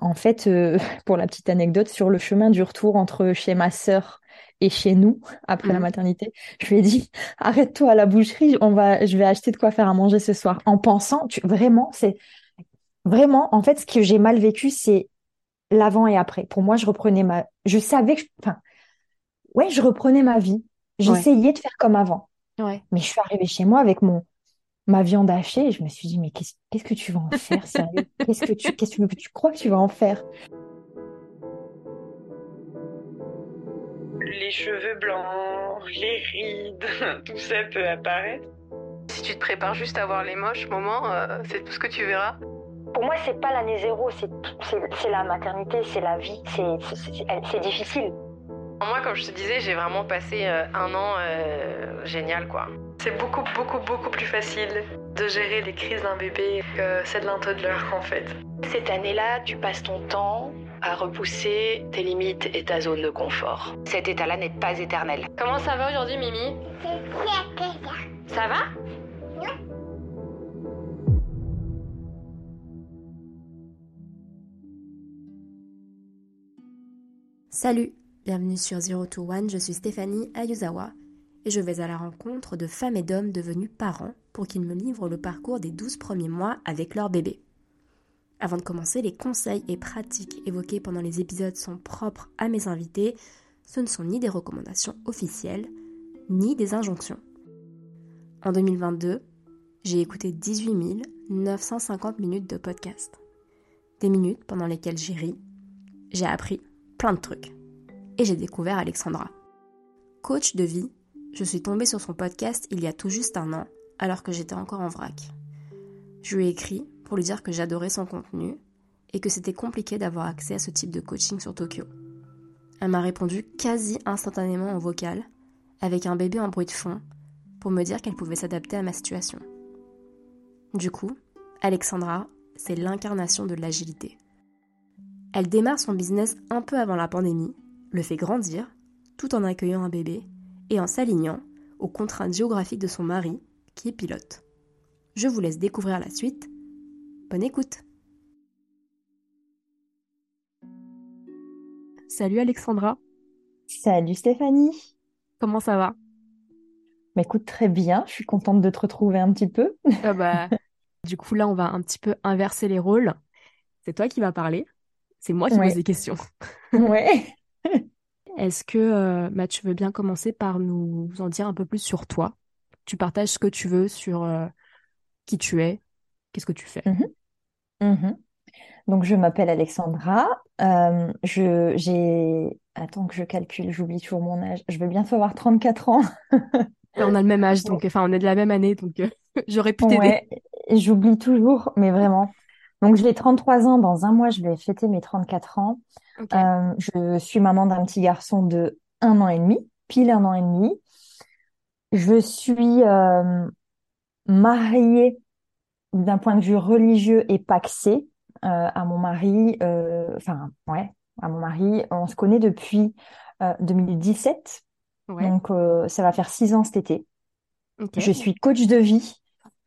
En fait, pour la petite anecdote, sur le chemin du retour entre chez ma sœur et chez nous, après la Mhm. maternité, je lui ai dit, arrête-toi à la boucherie, je vais acheter de quoi faire à manger ce soir. En pensant, vraiment, vraiment, en fait, ce que j'ai mal vécu, c'est l'avant et après. Pour moi, je savais que, enfin, ouais, je reprenais ma vie. Ouais, J'essayais de faire comme avant. ouais. Mais je suis arrivée chez moi avec ma viande hachée et je me suis dit, mais qu'est-ce que tu vas en faire, sérieux? Qu'est-ce que tu crois que tu vas en faire? Les cheveux blancs, les rides, tout ça peut apparaître. Si tu te prépares juste à voir les moches moments, c'est tout ce que tu verras. Pour moi, c'est pas l'année zéro, c'est la maternité, c'est la vie, c'est difficile. Moi, comme je te disais, j'ai vraiment passé un an génial, quoi. C'est beaucoup, beaucoup, beaucoup plus facile de gérer les crises d'un bébé que celle d'un toddler, en fait. Cette année-là, tu passes ton temps à repousser tes limites et ta zone de confort. Cet état-là n'est pas éternel. Comment ça va aujourd'hui, Mimi? Ça va? Salut, bienvenue sur Zero to One, je suis Stéphanie Ayuzawa et je vais à la rencontre de femmes et d'hommes devenus parents pour qu'ils me livrent le parcours des 12 premiers mois avec leur bébé. Avant de commencer, les conseils et pratiques évoqués pendant les épisodes sont propres à mes invités, ce ne sont ni des recommandations officielles, ni des injonctions. En 2022, j'ai écouté 18 950 minutes de podcast. Des minutes pendant lesquelles j'ai ri, j'ai appris plein de trucs. Et j'ai découvert Alexandra. Coach de vie, je suis tombée sur son podcast il y a tout juste un an, alors que j'étais encore en vrac. Je lui ai écrit pour lui dire que j'adorais son contenu et que c'était compliqué d'avoir accès à ce type de coaching sur Tokyo. Elle m'a répondu quasi instantanément en vocal, avec un bébé en bruit de fond, pour me dire qu'elle pouvait s'adapter à ma situation. Du coup, Alexandra, c'est l'incarnation de l'agilité. Elle démarre son business un peu avant la pandémie, le fait grandir, tout en accueillant un bébé et en s'alignant aux contraintes géographiques de son mari, qui est pilote. Je vous laisse découvrir la suite. Bonne écoute! Salut Alexandra, Salut Stéphanie. comment ça va? Mais écoute, très bien, je suis contente de te retrouver un petit peu. Du coup là on va un petit peu inverser les rôles. C'est toi qui vas parler, c'est moi qui pose Ouais, des questions. ouais. Est-ce que tu veux bien commencer par nous en dire un peu plus sur toi? Tu partages ce que tu veux sur qui tu es, qu'est-ce que tu fais? Mhm, mhm. Donc, je m'appelle Alexandra. Attends que je calcule, j'oublie toujours mon âge. Je vais bientôt avoir 34 ans. On a le même âge, donc enfin on est de la même année, donc j'aurais pu t'aider. Ouais, j'oublie toujours, mais vraiment. Donc, j'ai 33 ans. Dans un mois, je vais fêter mes 34 ans. Ok. Je suis maman d'un petit garçon de 1 an et demi, pile 1 an et demi. Je suis mariée d'un point de vue religieux et pacsée à mon mari. Enfin, ouais, à mon mari. On se connaît depuis 2017. Ouais. Donc, ça va faire 6 ans cet été. Ok. Je suis coach de vie.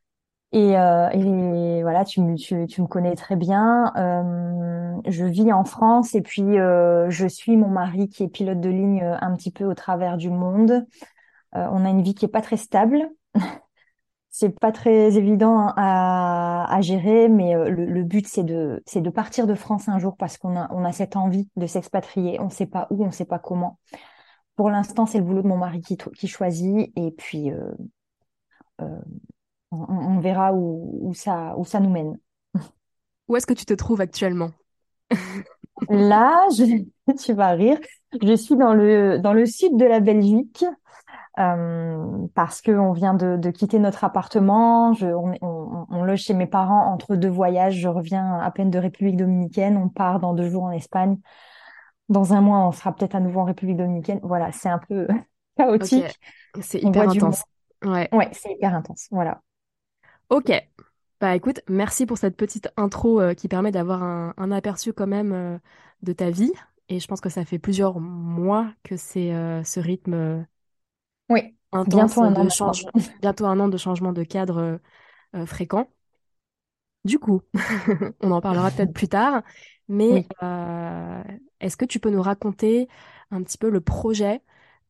Et voilà, tu me connais très bien. Je vis en France et puis je suis mon mari qui est pilote de ligne un petit peu au travers du monde. On a une vie qui est pas très stable. C'est pas très évident hein, à gérer, mais le but c'est de partir de France un jour parce qu'on a cette envie de s'expatrier. On sait pas où, on sait pas comment. Pour l'instant, c'est le boulot de mon mari qui choisit et puis euh, on verra où ça nous mène. Où est-ce que tu te trouves actuellement? Là, tu vas rire, je suis dans le sud de la Belgique parce qu'on vient de quitter notre appartement. On loge chez mes parents entre deux voyages. Je reviens à peine de République dominicaine. On part dans 2 jours en Espagne. Dans un mois, on sera peut-être à nouveau en République dominicaine. Voilà, c'est un peu Ok. chaotique. C'est On hyper voit du monde. intense. Ouais. Ouais, c'est hyper intense. Voilà. Ok. Bah écoute, merci pour cette petite intro qui permet d'avoir un aperçu quand même de ta vie. Et je pense que ça fait plusieurs mois que c'est ce rythme Oui, intense bientôt un an de maintenant. bientôt un an de changement de cadre fréquent. Du coup, on en parlera peut-être plus tard, mais Oui. est-ce que tu peux nous raconter un petit peu le projet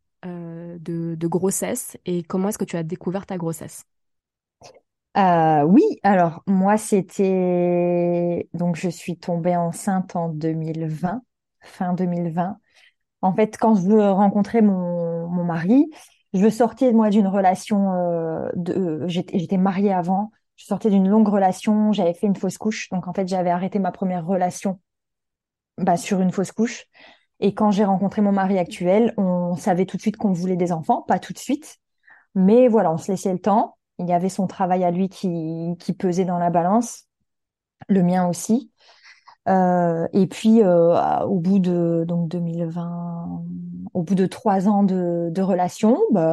de grossesse et comment est-ce que tu as découvert ta grossesse? Oui, alors moi donc je suis tombée enceinte en 2020, fin 2020. En fait, quand je rencontrais mon mari, je sortais moi d'une relation j'étais mariée avant, je sortais d'une longue relation, j'avais fait une fausse couche, donc en fait j'avais arrêté ma première relation sur une fausse couche. Et quand j'ai rencontré mon mari actuel, on savait tout de suite qu'on voulait des enfants, pas tout de suite, mais voilà, on se laissait le temps. Il y avait son travail à lui qui pesait dans la balance, le mien aussi. Et puis au bout de donc 2020, au bout de 3 ans de relation,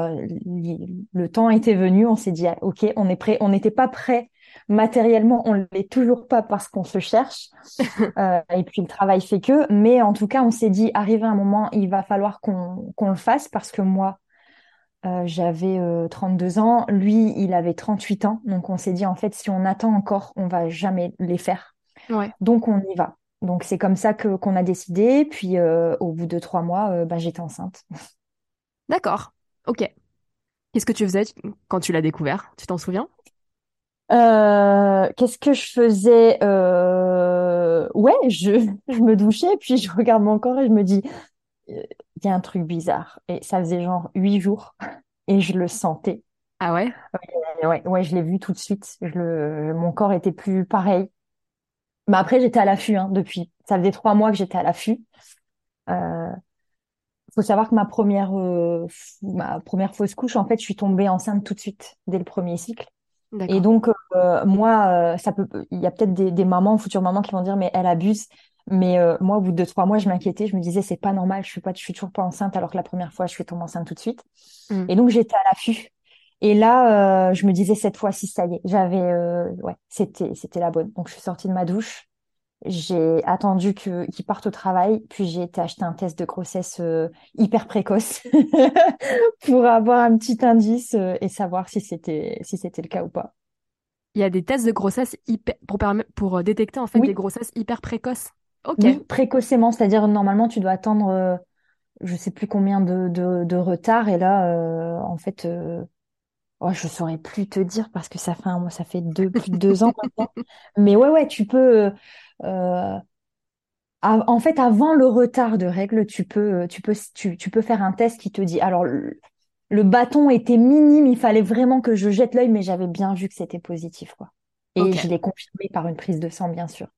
le temps était venu. On s'est dit ah, ok, on est prêt. On n'était pas prêt matériellement, on l'est toujours pas parce qu'on se cherche. Et puis le travail fait que. Mais en tout cas, on s'est dit arrivé un moment, il va falloir qu'on le fasse parce que moi j'avais 32 ans, lui il avait 38 ans. Donc on s'est dit en fait si on attend encore, on va jamais les faire. Ouais, Donc on y va. Donc c'est comme ça que qu'on a décidé. Puis au bout de 3 mois, j'étais enceinte. d'accord. Ok. Qu'est-ce que tu faisais quand tu l'as découvert? Tu t'en souviens? Qu'est-ce que je faisais? Ouais, je me douchais, puis je regarde mon corps et je me dis, il y a un truc bizarre. Et ça faisait genre 8 jours et je le sentais. Ah ouais? Ouais, ouais, je l'ai vu tout de suite. Mon corps était plus pareil. Mais après, j'étais à l'affût hein, depuis. Ça faisait 3 mois que j'étais à l'affût. Euh, Faut savoir que ma première fausse couche, en fait, je suis tombée enceinte tout de suite, dès le premier cycle. Et D'accord. donc, moi, il y a peut-être des mamans, futures mamans qui vont dire, mais elle abuse. Mais moi, au bout de 3 mois, je m'inquiétais. Je me disais, c'est pas normal, je suis toujours pas enceinte, alors que la première fois, je suis tombée enceinte tout de suite. Hmm. Et donc, j'étais à l'affût. Et là, je me disais, cette fois-ci, ça y est, ouais, c'était la bonne. Donc, je suis sortie de ma douche. J'ai attendu qu'il parte au travail, puis j'ai été acheter un test de grossesse hyper précoce pour avoir un petit indice et savoir si c'était le cas ou pas. Il y a des tests de grossesse pour détecter en fait des Oui, grossesses hyper précoces. Ok. oui, précocement, c'est-à-dire normalement tu dois attendre je sais plus combien de retard et là en fait oh, je saurais plus te dire parce que ça fait plus de 2 ans maintenant. Mais ouais ouais tu peux euh, en fait, avant le retard de règles, tu peux faire un test qui te dit. Alors, le bâton était minime, il fallait vraiment que je jette l'œil, mais j'avais bien vu que c'était positif, quoi. Et Ok. je l'ai confirmé par une prise de sang, bien sûr.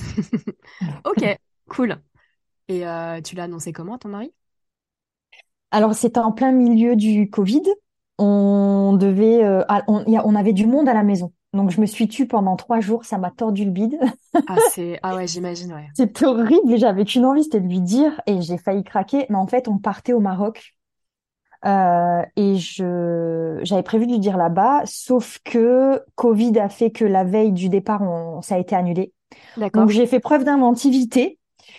Ok. Cool. Et tu l'as annoncé comment à ton mari? Alors, c'était en plein milieu du Covid. On devait, on avait du monde à la maison. Donc, je me suis tue pendant 3 jours. Ça m'a tordu le bide. Ah ouais, j'imagine, ouais. C'était horrible et j'avais qu'une envie, c'était de lui dire. Et j'ai failli craquer. Mais en fait, on partait au Maroc. Et j'avais prévu de lui dire là-bas, sauf que Covid a fait que la veille du départ, ça a été annulé. Donc D'accord. j'ai fait preuve d'inventivité.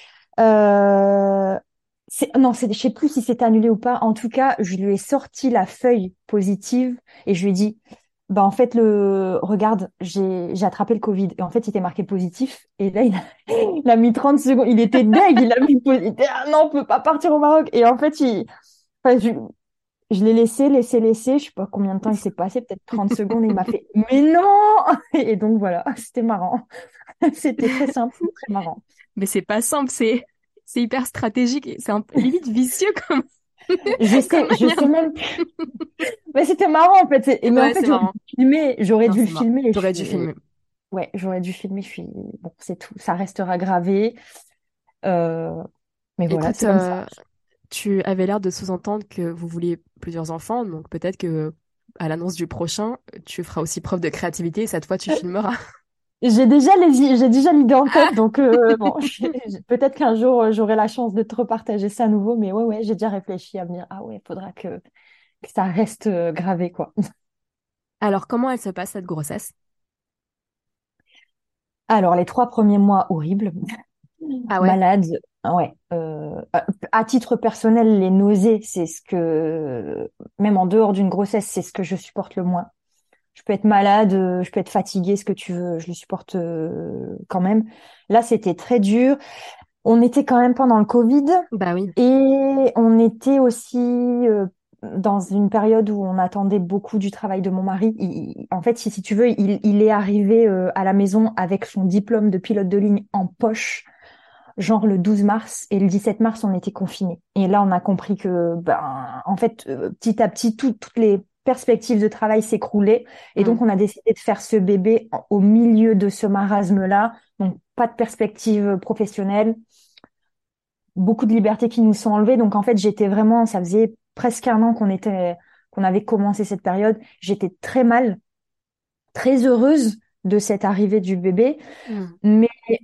Euh, non, je sais plus si c'était annulé ou pas. En tout cas, je lui ai sorti la feuille positive et je lui ai dit, bah en fait regarde, j'ai attrapé le Covid et en fait il était marqué positif et là il a mis 30 secondes, il était deg, il a mis positif. Ah non, on peut pas partir au Maroc et en fait enfin, je l'ai laissé, je sais pas combien de temps il s'est passé, peut-être 30 secondes, et il m'a fait «Mais non!» Et donc voilà, c'était marrant. C'était très simple, mais très marrant. Mais c'est pas simple, c'est hyper stratégique, et c'est un peu limite vicieux comme, comme Je manière. sais même plus. Mais c'était marrant en fait. Mais en Ouais, fait, c'est marrant. j'aurais Non, dû le c'est marrant. filmer. Et T'aurais dû filmer. ouais, j'aurais dû filmer. Bon, c'est tout. Ça restera gravé. Euh, Mais voilà, Écoute, c'est comme ça. tu avais l'air de sous-entendre que vous vouliez plusieurs enfants, donc peut-être que à l'annonce du prochain, tu feras aussi preuve de créativité et cette fois tu filmeras. J'ai déjà l'idée en tête, Ah, donc bon, peut-être qu'un jour j'aurai la chance de te repartager ça à nouveau, mais ouais, ouais, j'ai déjà réfléchi à me dire, ah ouais, il faudra que ça reste gravé, quoi. alors, comment elle se passe cette grossesse? Alors, les 3 premiers mois, horribles, Ah ouais? malade, ouais. À titre personnel, les nausées, même en dehors d'une grossesse, c'est ce que je supporte le moins. Je peux être malade, je peux être fatiguée, ce que tu veux, je le supporte quand même. Là, c'était très dur. On était quand même pendant le Covid Bah oui, et on était aussi dans une période où on attendait beaucoup du travail de mon mari. En fait, si tu veux, il est arrivé à la maison avec son diplôme de pilote de ligne en poche, genre le 12 mars, et le 17 mars, on était confinés. Et là, on a compris que, ben, en fait, petit à petit, toutes les perspectives de travail s'écroulaient. Et mm, donc, on a décidé de faire ce bébé au milieu de ce marasme-là. Donc, pas de perspective professionnelle, beaucoup de libertés qui nous sont enlevées. Donc, en fait, j'étais vraiment, ça faisait presque un an qu'on avait commencé cette période. J'étais très mal, très heureuse de cette arrivée du bébé. mm. Mais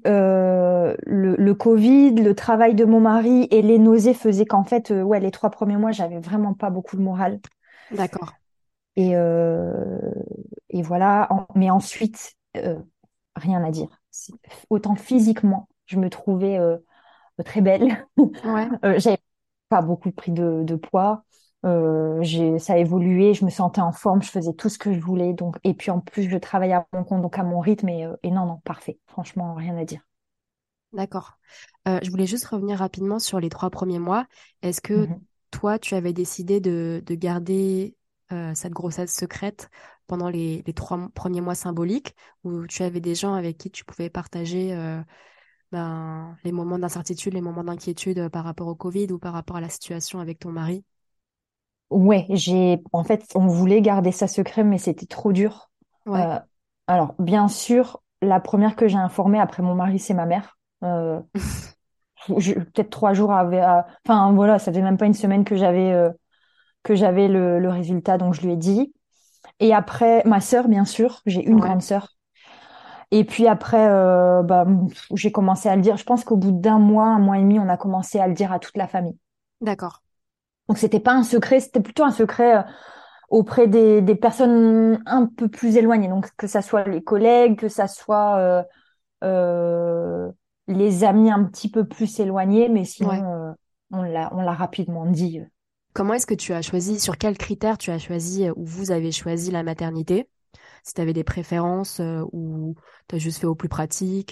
le Covid, le travail de mon mari et les nausées faisaient qu'en fait, ouais, les 3 premiers mois, j'avais vraiment pas beaucoup de morale. D'accord. Et, voilà. Mais ensuite, rien à dire. Autant physiquement, je me trouvais très belle. Ouais, J'avais pas beaucoup pris de poids. Ça a évolué, je me sentais en forme, je faisais tout ce que je voulais. Donc, et puis en plus, je travaillais à mon compte, donc à mon rythme. Et non, non, parfait. Franchement, rien à dire. d'accord. Je voulais juste revenir rapidement sur les 3 premiers mois. Est-ce que Mhm. toi, tu avais décidé de garder cette grossesse secrète pendant les 3 premiers mois symboliques, ou tu avais des gens avec qui tu pouvais partager ben, les moments d'incertitude, les moments d'inquiétude par rapport au Covid ou par rapport à la situation avec ton mari? Ouais, en fait, on voulait garder ça secret, mais c'était trop dur. Ouais, Euh, alors, bien sûr, la première que j'ai informée après mon mari, c'est ma mère. Peut-être 3 jours enfin, voilà, ça faisait même pas une semaine que j'avais le résultat, donc je lui ai dit. Et après, ma sœur, bien sûr, j'ai une ouais, grande sœur. Et puis après, bah, j'ai commencé à le dire. Je pense qu'au bout un mois et demi, on a commencé à le dire à toute la famille. d'accord. Donc, c'était pas un secret, c'était plutôt un secret auprès des personnes un peu plus éloignées. Donc, que ça soit les collègues, que ça soit euh, les amis un petit peu plus éloignés, mais Ouais. sinon, on l'a rapidement dit. Comment est-ce que tu as choisi, sur quels critères tu as choisi ou vous avez choisi la maternité? Si tu avais des préférences ou tu as juste fait au plus pratique.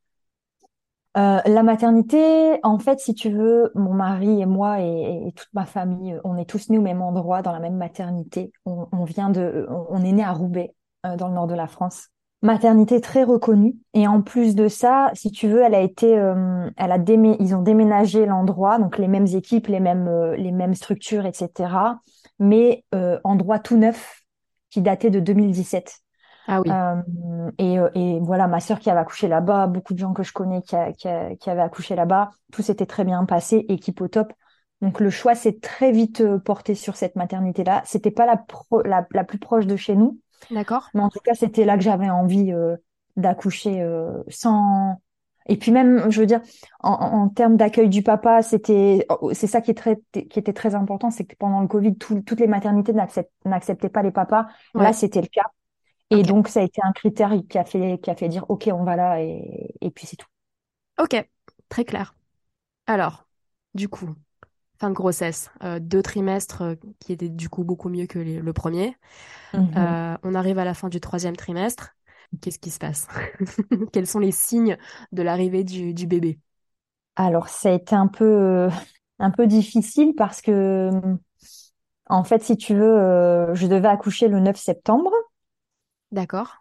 La maternité, en fait, si tu veux, mon mari et moi et toute ma famille, on est tous nés au même endroit, dans la même maternité. On est nés à Roubaix, dans le nord de la France. Maternité très reconnue. Et en plus de ça, si tu veux, ils ont déménagé l'endroit, donc les mêmes équipes, les mêmes structures, etc. Mais endroit tout neuf qui datait de 2017. Ah oui, Euh, et voilà, ma sœur qui avait accouché là-bas, beaucoup de gens que je connais qui avaient accouché là-bas, tout s'était très bien passé, équipe au top. Donc le choix s'est très vite porté sur cette maternité-là. C'était pas la plus proche de chez nous, d'accord. mais en tout cas c'était là que j'avais envie d'accoucher sans. Et puis même, je veux dire, en termes d'accueil du papa, c'est ça qui était très important, c'est que pendant le Covid, toutes les maternités n'acceptaient pas les papas. Là, Ouais, c'était le cas. Et ok. donc, ça a été un critère qui a fait dire, OK, on va là, et puis c'est tout. Ok, très clair. Alors, du coup, fin de grossesse, 2 trimestres qui étaient du coup beaucoup mieux que le premier. Mhm. On arrive à la fin du 3e trimestre. Qu'est-ce qui se passe? Quels sont les signes de l'arrivée du bébé? Alors, ça a été un peu difficile parce que, en fait, si tu veux, je devais accoucher le 9 septembre. D'accord.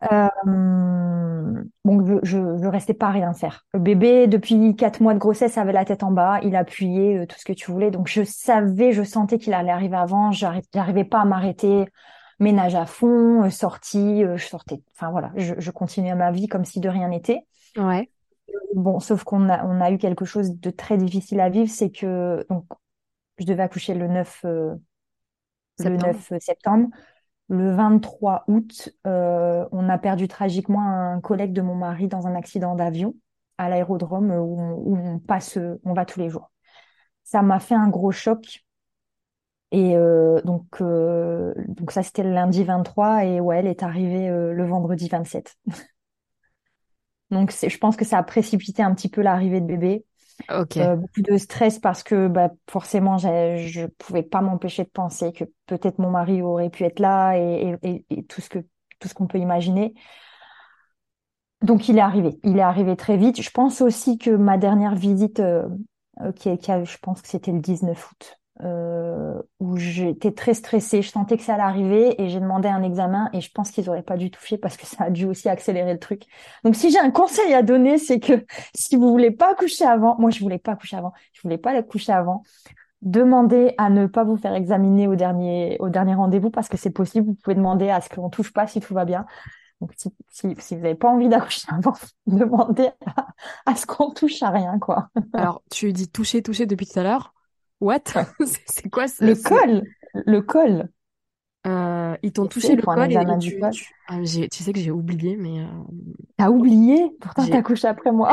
Donc, je restais pas à rien faire. Le bébé, depuis 4 mois de grossesse, avait la tête en bas, il appuyait, tout ce que tu voulais. Donc, je sentais qu'il allait arriver avant. J'arrivais pas à m'arrêter. Ménage à fond, sortie, je sortais. Enfin, voilà, je continuais ma vie comme si de rien n'était. Ouais, Bon, sauf qu'on a eu quelque chose de très difficile à vivre, c'est que donc je devais accoucher le 9 septembre. septembre. Le 23 août, on a perdu tragiquement un collègue de mon mari dans un accident d'avion à l'aérodrome où on va tous les jours. Ça m'a fait un gros choc. Et donc ça, c'était le lundi 23 et ouais, elle est arrivée le vendredi 27. Donc je pense que ça a précipité un petit peu l'arrivée de bébé. Ok. Beaucoup de stress parce que bah, forcément, je pouvais pas m'empêcher de penser que peut-être mon mari aurait pu être là et tout ce que tout ce qu'on peut imaginer. Donc il est arrivé. Il est arrivé très vite. Je pense aussi que ma dernière visite, je pense que c'était le 19 août, où j'étais très stressée. Je sentais que ça allait arriver et j'ai demandé un examen et je pense qu'ils auraient pas dû toucher parce que ça a dû aussi accélérer le truc. Donc si j'ai un conseil à donner, c'est que si vous voulez pas accoucher avant, moi je voulais pas accoucher avant, je voulais pas accoucher avant. Demandez à ne pas vous faire examiner au dernier rendez-vous parce que c'est possible. Vous pouvez demander à ce qu'on touche pas si tout va bien. Donc, si vous n'avez pas envie d'accoucher avant, demandez à ce qu'on touche à rien, quoi. Alors, tu dis toucher, toucher depuis tout à l'heure. What? Ouais. C'est quoi Le col, le col. Ils t'ont Tu sais, touché il le faut un col et examen du col. tu sais que j'ai oublié, mais T'as oublié? Pourtant, j'ai. t'accouches après moi.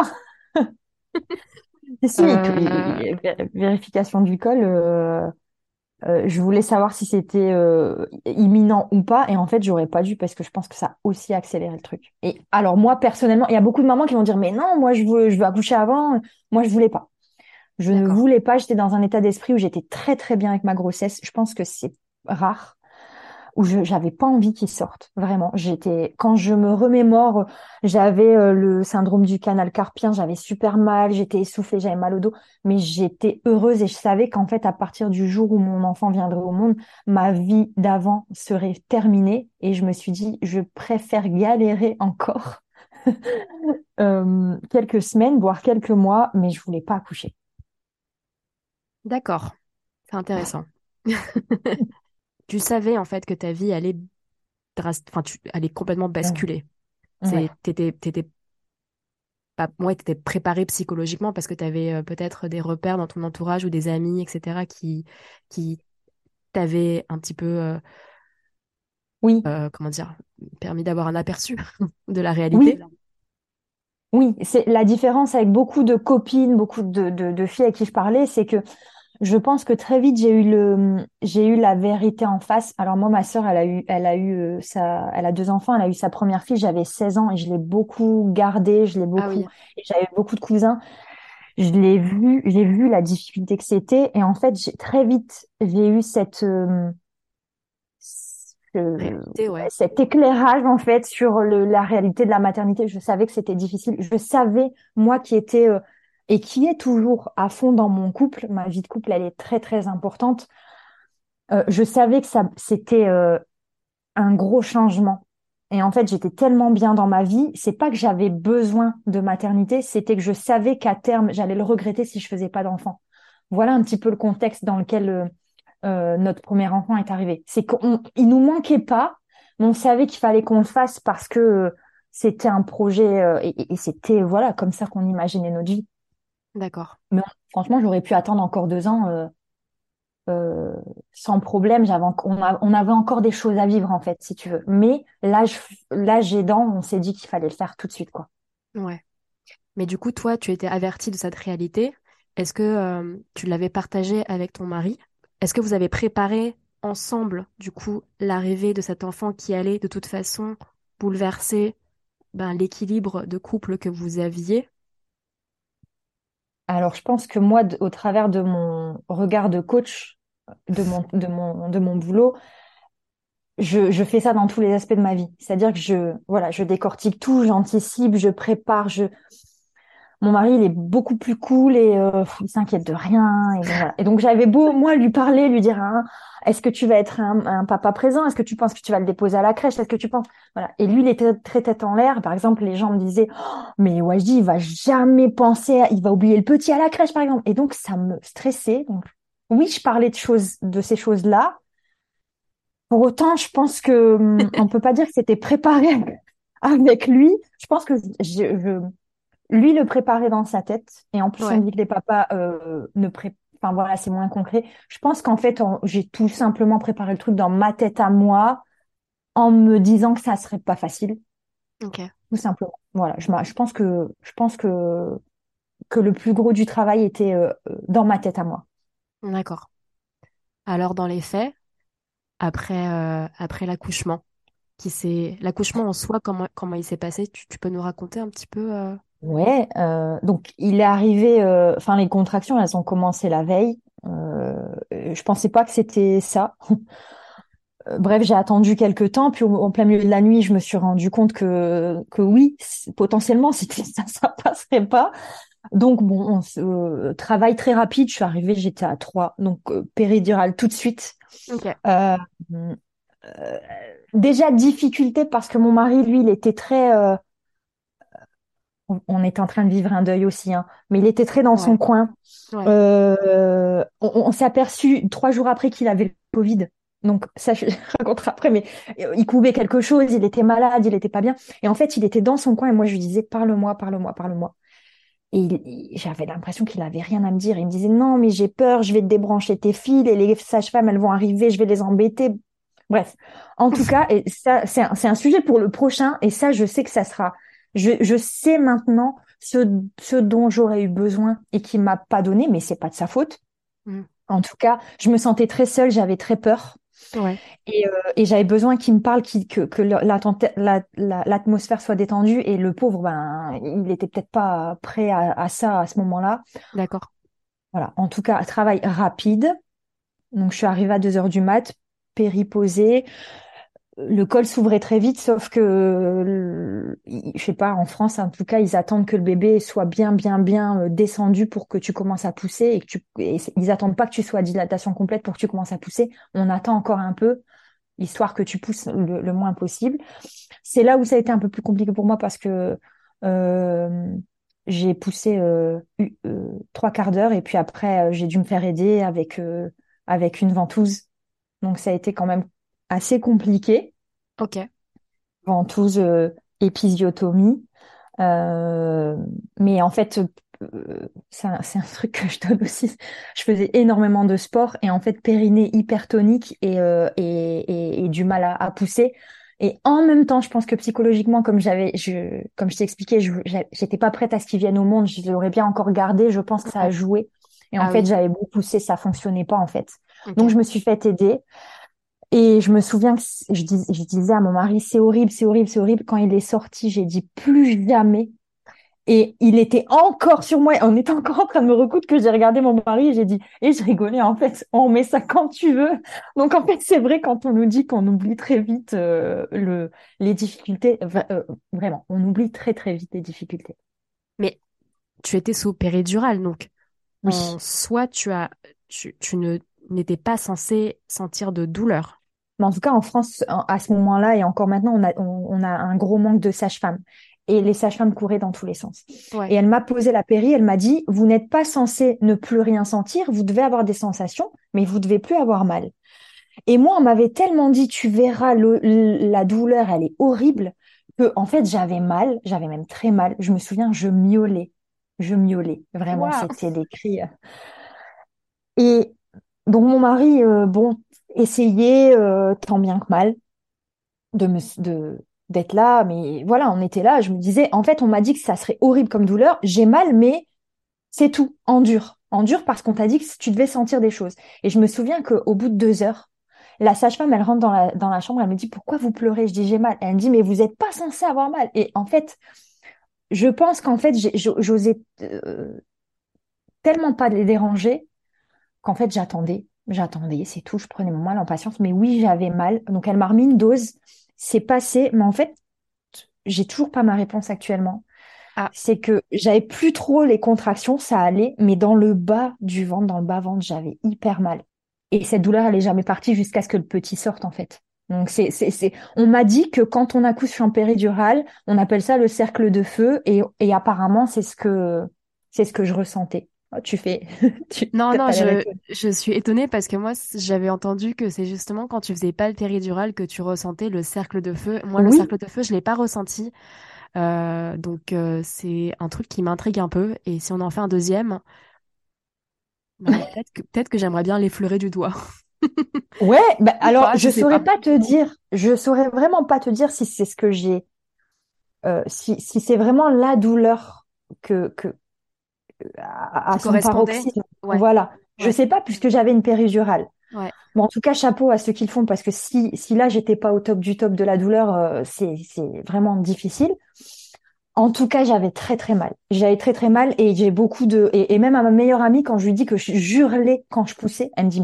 Si, Euh, vérification du col. Je voulais savoir si c'était imminent ou pas, et en fait, j'aurais pas dû parce que je pense que ça a aussi accéléré le truc. Et alors, moi, personnellement, il y a beaucoup de mamans qui vont dire, mais non, moi, je veux accoucher avant. Moi, je voulais pas. Je ne D'accord. voulais pas, j'étais dans un état d'esprit où j'étais très très bien avec ma grossesse. Je pense que c'est rare, où j'avais pas envie qu'il sorte, vraiment. Quand je me remémore, j'avais le syndrome du canal carpien, j'avais super mal, j'étais essoufflée, j'avais mal au dos, mais j'étais heureuse et je savais qu'en fait, à partir du jour où mon enfant viendrait au monde, ma vie d'avant serait terminée et je me suis dit, je préfère galérer encore quelques semaines, voire quelques mois, mais je voulais pas accoucher. D'accord. C'est intéressant. Tu savais en fait que ta vie allait enfin, allait complètement Ouais. basculer. Ouais. T'étais pas, ouais, t'étais préparée psychologiquement parce que t'avais peut-être des repères dans ton entourage ou des amis, etc., qui t'avaient un petit peu, Oui, comment dire, permis d'avoir un aperçu de la réalité. oui. Oui, c'est la différence avec beaucoup de copines, beaucoup de filles avec qui je parlais, c'est que je pense que très vite j'ai eu la vérité en face. Alors moi, ma sœur, elle a 2 enfants, elle a eu sa première fille, j'avais 16 ans et je l'ai beaucoup gardée, Ah oui. et j'avais beaucoup de cousins. J'ai vu la difficulté que c'était et en fait, très vite, j'ai eu Réalité, ouais. cet éclairage en fait sur la réalité de la maternité. Je savais que c'était difficile. Je savais, moi qui étais et qui est toujours à fond dans mon couple, ma vie de couple, elle est très très importante. Je savais que c'était un gros changement. Et en fait, j'étais tellement bien dans ma vie, c'est pas que j'avais besoin de maternité, c'était que je savais qu'à terme, j'allais le regretter si je faisais pas d'enfant. Voilà un petit peu le contexte dans lequel notre premier enfant est arrivé. C'est qu'il nous manquait pas, mais on savait qu'il fallait qu'on le fasse parce que c'était un projet et c'était voilà comme ça qu'on imaginait notre vie. D'accord. Mais franchement, j'aurais pu attendre encore 2 ans euh, sans problème. On avait encore des choses à vivre en fait, si tu veux. Mais l'âge aidant, on s'est dit qu'il fallait le faire tout de suite, quoi. Ouais. Mais du coup, toi, tu étais avertie de cette réalité. Est-ce que tu l'avais partagée avec ton mari? Est-ce que vous avez préparé ensemble, du coup, l'arrivée de cet enfant qui allait de toute façon bouleverser ben, l'équilibre de couple que vous aviez? Alors, je pense que moi, au travers de mon regard de coach, de mon boulot, je fais ça dans tous les aspects de ma vie. C'est-à-dire que voilà, je décortique tout, j'anticipe, je prépare, mon mari, il est beaucoup plus cool et il s'inquiète de rien. Et donc, voilà. Et donc, j'avais beau, moi, lui parler, lui dire, hein, est-ce que tu vas être un papa présent? Est-ce que tu penses que tu vas le déposer à la crèche? Est-ce que tu penses, voilà. Et lui, il était très tête en l'air. Par exemple, les gens me disaient, oh, mais Wajdi, il va jamais il va oublier le petit à la crèche, par exemple. Et donc, ça me stressait. Donc, oui, je parlais de ces choses-là. Pour autant, je pense que on peut pas dire que c'était préparé avec lui. Je pense que lui le préparait dans sa tête. Et en plus, on Ouais, dit que les papas enfin voilà, c'est moins concret. Je pense qu'en fait, j'ai tout simplement préparé le truc dans ma tête à moi, en me disant que ça serait pas facile, ok, tout simplement. Voilà, je pense que le plus gros du travail était dans ma tête à moi. d'accord. Alors, dans les faits, après l'accouchement, l'accouchement en soi, comment il s'est passé? Tu peux nous raconter un petit peu Ouais, donc il est arrivé, enfin les contractions, elles ont commencé la veille. Je pensais pas que c'était ça. Bref, j'ai attendu quelques temps, puis en plein milieu de la nuit, je me suis rendu compte que oui, potentiellement, c'était ça passerait pas. Donc bon, travail très rapide. Je suis arrivée, j'étais à 3, donc péridurale tout de suite. Ok. Euh, euh, Déjà difficulté parce que mon mari, lui, il était très. On était en train de vivre un deuil aussi, hein, mais il était très dans son Ouais. coin. Ouais. On s'est aperçu 3 jours après qu'il avait le Covid. Donc ça, je raconterai après, mais il couvait quelque chose, il était malade, il était pas bien. Et en fait, il était dans son coin et moi, je lui disais, parle-moi, parle-moi, parle-moi. Et j'avais l'impression qu'il avait rien à me dire. Il me disait, non, mais j'ai peur, je vais te débrancher tes fils et les sages-femmes, elles vont arriver, je vais les embêter. Bref, en tout cas, et ça, c'est un sujet pour le prochain. Et ça, je sais que ça sera. Je sais maintenant ce dont j'aurais eu besoin et qui m'a pas donné, mais c'est pas de sa faute. Mm. En tout cas, je me sentais très seule, j'avais très peur. Ouais. Et j'avais besoin qu'il me parle, que l'atmosphère soit détendue. Et le pauvre, ben, il était peut-être pas prêt à ça à ce moment-là. D'accord. Voilà. En tout cas, travail rapide. Donc, je suis arrivée à 2 heures du mat, périposée. Le col s'ouvrait très vite, sauf que, je sais pas, en France, en tout cas, ils attendent que le bébé soit bien, bien, bien descendu pour que tu commences à pousser et ils attendent pas que tu sois à dilatation complète pour que tu commences à pousser. On attend encore un peu, histoire que tu pousses le moins possible. C'est là où ça a été un peu plus compliqué pour moi parce que euh, j'ai poussé 3 quarts d'heure et puis après j'ai dû me faire aider avec une ventouse. Donc ça a été quand même assez compliqué. Ok. Ventouse, épisiotomie. Euh, mais en fait, c'est un truc que je donne aussi. Je faisais énormément de sport et en fait, périnée hypertonique et du mal à pousser. Et en même temps, je pense que psychologiquement, comme je t'ai expliqué, j'étais pas prête à ce qu'ils viennent au monde. Je l'aurais bien encore gardé. Je pense que ça a Ouais. joué. Et en Ah fait, oui. j'avais beau pousser, ça fonctionnait pas en fait. Donc, Ok. je me suis fait aider. Et je me souviens que je disais à mon mari, c'est horrible, c'est horrible, c'est horrible. Quand il est sorti, j'ai dit plus jamais. Et il était encore sur moi, on était encore en train de me recoudre que j'ai regardé mon mari et j'ai dit, et je rigolais, en fait, on met ça quand tu veux. Donc, en fait, c'est vrai quand on nous dit qu'on oublie très vite les difficultés, vraiment, on oublie très, très vite les difficultés. Mais tu étais sous péridurale, donc Oui. en soi, tu ne n'étais pas censé sentir de douleur. Mais en tout cas, en France, à ce moment-là et encore maintenant, on a un gros manque de sages-femmes. Et les sages-femmes couraient dans tous les sens. Et Ouais. elle m'a posé la péri, elle m'a dit, vous n'êtes pas censé ne plus rien sentir, vous devez avoir des sensations, mais vous devez plus avoir mal. Et moi, on m'avait tellement dit, tu verras, la douleur, elle est horrible, que en fait, j'avais mal, j'avais même très mal. Je me souviens, je miaulais. Je miaulais. Vraiment, Waouh. c'était des cris. Et donc, mon mari, bon, essayait, tant bien que mal d'être là, mais voilà, on était là. Je me disais, en fait, on m'a dit que ça serait horrible comme douleur. J'ai mal, mais c'est tout. Endure. Endure parce qu'on t'a dit que tu devais sentir des choses. Et je me souviens qu'au bout de 2 heures, la sage-femme, elle rentre dans la chambre, elle me dit, pourquoi vous pleurez? Je dis, j'ai mal. Elle me dit, mais vous n'êtes pas censé avoir mal. Et en fait, je pense qu'en fait, j'osais tellement pas les déranger qu'en fait, j'attendais, c'est tout, je prenais mon mal en patience, mais oui, j'avais mal. Donc, elle m'a remis une dose, c'est passé, mais en fait, j'ai toujours pas ma réponse actuellement. Ah, C'est que j'avais plus trop les contractions, ça allait, mais dans le bas du ventre, dans le bas-ventre, j'avais hyper mal. Et cette douleur, elle est jamais partie jusqu'à ce que le petit sorte, en fait. Donc, on m'a dit que quand on accouche en péridurale, on appelle ça le cercle de feu, et apparemment, c'est ce que je ressentais. Oh, non, non, t'as l'air je, étonné. je suis étonnée parce que moi, j'avais entendu que c'est justement quand tu faisais pas le péridurale que tu ressentais le cercle de feu. Moi, le Oui, cercle de feu, je l'ai pas ressenti. Donc, c'est un truc qui m'intrigue un peu. Et si on en fait un deuxième, bah, peut-être que j'aimerais bien l'effleurer du doigt. ouais, bah, Ou alors pas, je je sais saurais pas. pas te dire, je saurais vraiment pas te dire si c'est ce que j'ai, si c'est vraiment la douleur que à Qui son correspondait? paroxysme. Ouais, Voilà, je ouais, sais pas puisque j'avais une péridurale. ouais. Bon, en tout cas, chapeau à ceux qui le font parce que si là j'étais pas au top du top de la douleur, c'est vraiment difficile. En tout cas, j'avais très très mal. J'avais très très mal et j'ai beaucoup de et même à ma meilleure amie quand je lui dis que je hurlais quand je poussais, elle me dit mais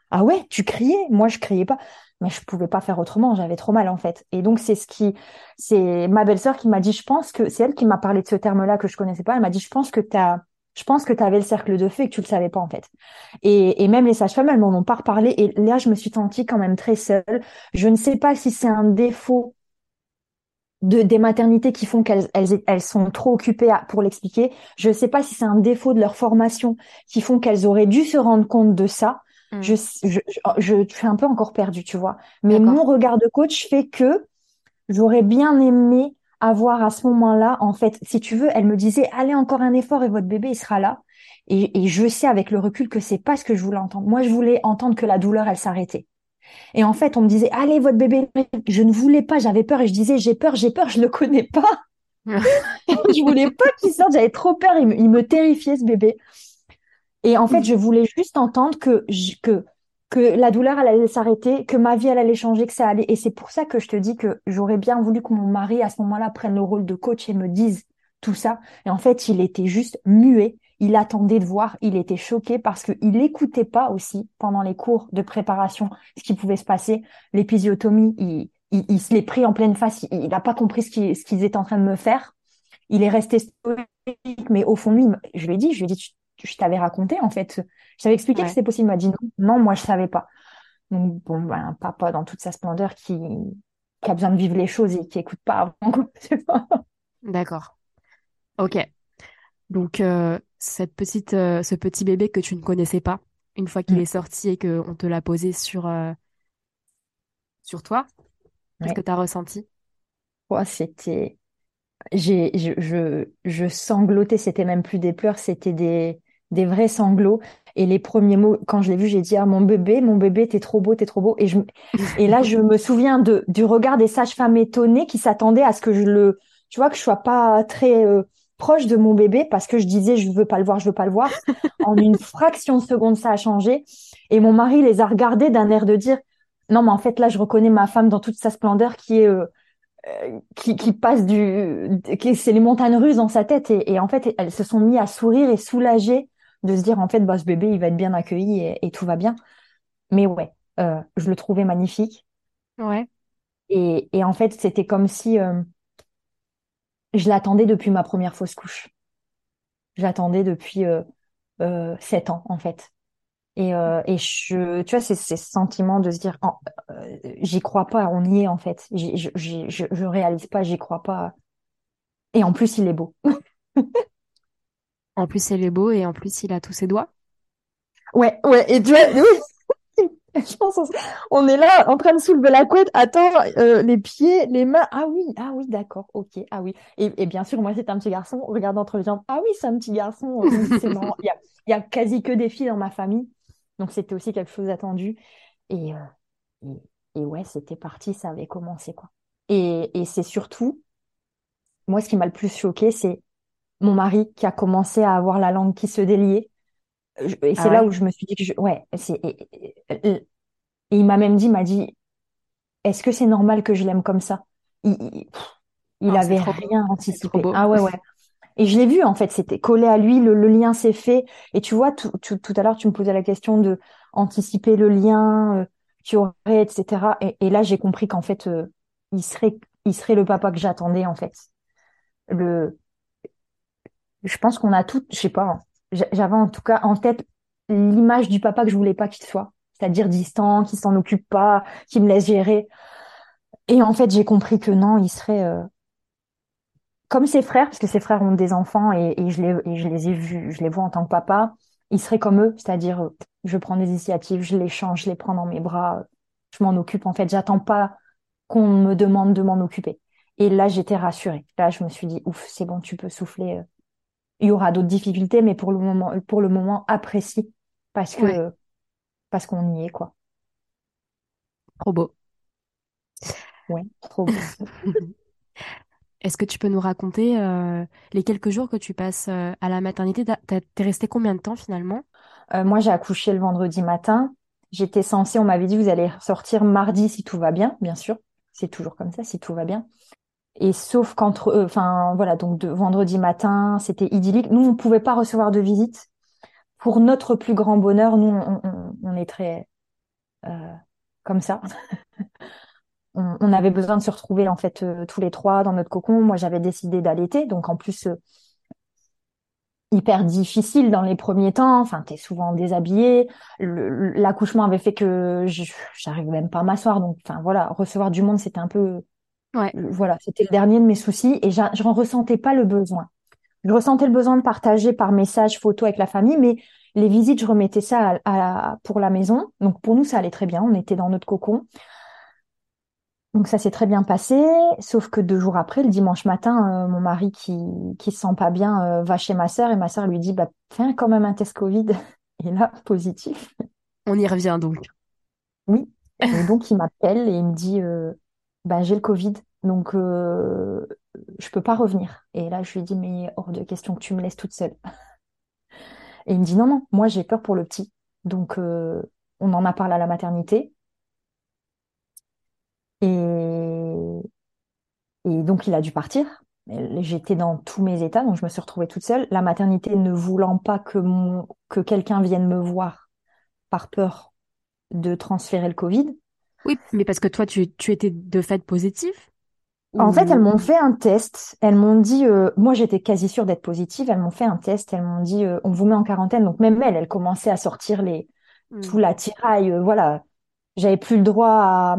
Ah ouais, tu criais? Moi, je criais pas. Mais je pouvais pas faire autrement, j'avais trop mal en fait. Et donc, c'est ma belle-sœur qui m'a dit, c'est elle qui m'a parlé de ce terme-là que je connaissais pas. Elle m'a dit, je pense que t'avais le cercle de feu et que tu le savais pas en fait. Et même les sages-femmes, elles m'en ont pas reparlé. Et là, je me suis sentie quand même très seule. Je ne sais pas si c'est un défaut des maternités qui font qu'elles sont trop occupées pour l'expliquer. Je ne sais pas si c'est un défaut de leur formation qui font qu'elles auraient dû se rendre compte de ça. Hmm. Je suis un peu encore perdue, tu vois. Mais D'accord. mon regard de coach fait que j'aurais bien aimé avoir à ce moment-là, en fait, si tu veux, elle me disait, allez encore un effort et votre bébé, il sera là. Et je sais avec le recul que c'est pas ce que je voulais entendre. Moi, je voulais entendre que la douleur, elle s'arrêtait. Et en fait, on me disait, allez, votre bébé, je ne voulais pas, j'avais peur et je disais, j'ai peur, je le connais pas. Je voulais pas qu'il sorte, j'avais trop peur, il me terrifiait ce bébé. Et en fait, je voulais juste entendre que la douleur, elle allait s'arrêter, que ma vie, elle allait changer, que ça allait. Et c'est pour ça que je te dis que j'aurais bien voulu que mon mari, à ce moment-là, prenne le rôle de coach et me dise tout ça. Et en fait, il était juste muet. Il attendait de voir. Il était choqué parce qu'il n'écoutait pas aussi pendant les cours de préparation ce qui pouvait se passer. L'épisiotomie, il se l'est pris en pleine face. Il n'a pas compris ce qu'ils étaient en train de me faire. Il est resté stoïque, mais au fond de lui, je lui ai dit, je t'avais raconté, en fait. Je t'avais expliqué que Ouais. c'était possible. Il m'a dit non, non, moi, je savais pas. Donc, bon, ben, un papa dans toute sa splendeur qui a besoin de vivre les choses et qui écoute pas avant, quoi. Je sais pas. D'accord. Ok. Donc, ce petit bébé que tu ne connaissais pas, une fois qu'il Mm. est sorti et qu'on te l'a posé sur toi, qu'est-ce que Ouais. tu as ressenti? Ouais, je sanglotais, c'était même plus des pleurs, c'était des vrais sanglots. Et les premiers mots, quand je l'ai vu, j'ai dit, ah, mon bébé, t'es trop beau, t'es trop beau. Et là, je me souviens du regard des sages-femmes étonnées qui s'attendaient à ce que tu vois, que je sois pas très proche de mon bébé parce que je disais, je veux pas le voir, je veux pas le voir. En une fraction de seconde, ça a changé. Et mon mari les a regardés d'un air de dire, non, mais en fait, là, je reconnais ma femme dans toute sa splendeur qui passe c'est les montagnes russes dans sa tête et en fait elles se sont mis à sourire et soulagées de se dire en fait bah ce bébé il va être bien accueilli et tout va bien. Mais ouais, je le trouvais magnifique Ouais. et en fait c'était comme si je l'attendais depuis ma première fausse couche. Je l'attendais depuis 7 ans en fait. Et tu vois, c'est ce sentiment de se dire, j'y crois pas, on y est en fait. Je réalise pas, j'y crois pas. Et en plus, il est beau. En plus, il est beau et en plus, il a tous ses doigts. Ouais, ouais, et tu vois, oui, je pense on est là en train de soulever la couette. Attends, les pieds, les mains. Ah oui, d'accord, ok, ah oui. Et bien sûr, moi, c'est un petit garçon. Regarde entre les jambes. Ah oui, c'est un petit garçon. Donc c'est marrant. Il y a quasi que des filles dans ma famille, donc c'était aussi quelque chose d'attendu. Et, et ouais, c'était parti, ça avait commencé quoi. Et c'est surtout, moi, ce qui m'a le plus choqué, c'est mon mari qui a commencé à avoir la langue qui se déliait. Et Ah c'est là ouais? où je me suis dit que ouais, et il m'a même dit, est-ce que c'est normal que je l'aime comme ça? Il Oh, c'est avait trop beau. rien C'est trop anticipé. beau. Ah ouais, ouais. Et je l'ai vu, en fait, c'était collé à lui, le lien s'est fait. Et tu vois, tout à l'heure, tu me posais la question de anticiper le lien qu'il y aurait, etc. Et là, j'ai compris qu'en fait, il serait, il serait le papa que j'attendais, en fait. Le, je pense qu'on a tout, je sais pas, hein. J'avais en tout cas en tête l'image du papa que je voulais pas qu'il soit. C'est-à-dire distant, qui s'en occupe pas, qui me laisse gérer. Et en fait, j'ai compris que non, il serait comme ses frères, parce que ses frères ont des enfants et je les ai vus, je les vois en tant que papa. Il serait comme eux, c'est-à-dire je prends des initiatives, je les change, je les prends dans mes bras, je m'en occupe. En fait, j'attends pas qu'on me demande de m'en occuper. Et là, j'étais rassurée. Là, je me suis dit, ouf, c'est bon, tu peux souffler. Il y aura d'autres difficultés, mais pour le moment, apprécie Ouais, parce qu'on y est, quoi. trop beau. Ouais, trop beau. Est-ce que tu peux nous raconter les quelques jours que tu passes à la maternité? T'es resté combien de temps finalement? Moi, j'ai accouché le vendredi matin. J'étais censée, on m'avait dit, vous allez sortir mardi si tout va bien, bien sûr. C'est toujours comme ça, si tout va bien. Et sauf qu'entre, enfin, voilà, donc de vendredi matin, c'était idyllique. Nous, on pouvait pas recevoir de visite. Pour notre plus grand bonheur, nous, on est très, comme ça. On avait besoin de se retrouver en fait tous les trois dans notre cocon. Moi, j'avais décidé d'allaiter, donc en plus hyper difficile dans les premiers temps. Enfin, t'es souvent déshabillée. L'accouchement avait fait que j'arrivais même pas à m'asseoir. Donc, enfin voilà, recevoir du monde, c'était un peu, Ouais. voilà, c'était le dernier de mes soucis et je n'en ressentais pas le besoin. Je ressentais le besoin de partager par message, photo avec la famille, mais les visites, je remettais ça pour la maison. Donc pour nous, ça allait très bien. On était dans notre cocon. Donc ça s'est très bien passé, sauf que 2 jours après, le dimanche matin, mon mari qui se sent pas bien va chez ma sœur et ma sœur lui dit bah fais quand même un test Covid et là positif. On y revient donc. Oui. Et donc il m'appelle et il me dit bah j'ai le Covid donc je peux pas revenir. Et là je lui dis mais hors de question que tu me laisses toute seule. Et il me dit non non, moi j'ai peur pour le petit. Donc on en a parlé à la maternité et Et donc, il a dû partir. J'étais dans tous mes états, donc je me suis retrouvée toute seule. La maternité ne voulant pas que quelqu'un vienne me voir par peur de transférer le Covid. Oui, mais parce que toi, tu étais de fait positif En fait, elles ou... m'ont fait un test. Elles m'ont dit, moi j'étais quasi sûre d'être positive. Elles m'ont fait un test. Elles m'ont dit, on vous met en quarantaine. Donc même elles commençaient à sortir Hmm. tout l'attirail. Voilà, j'avais plus le droit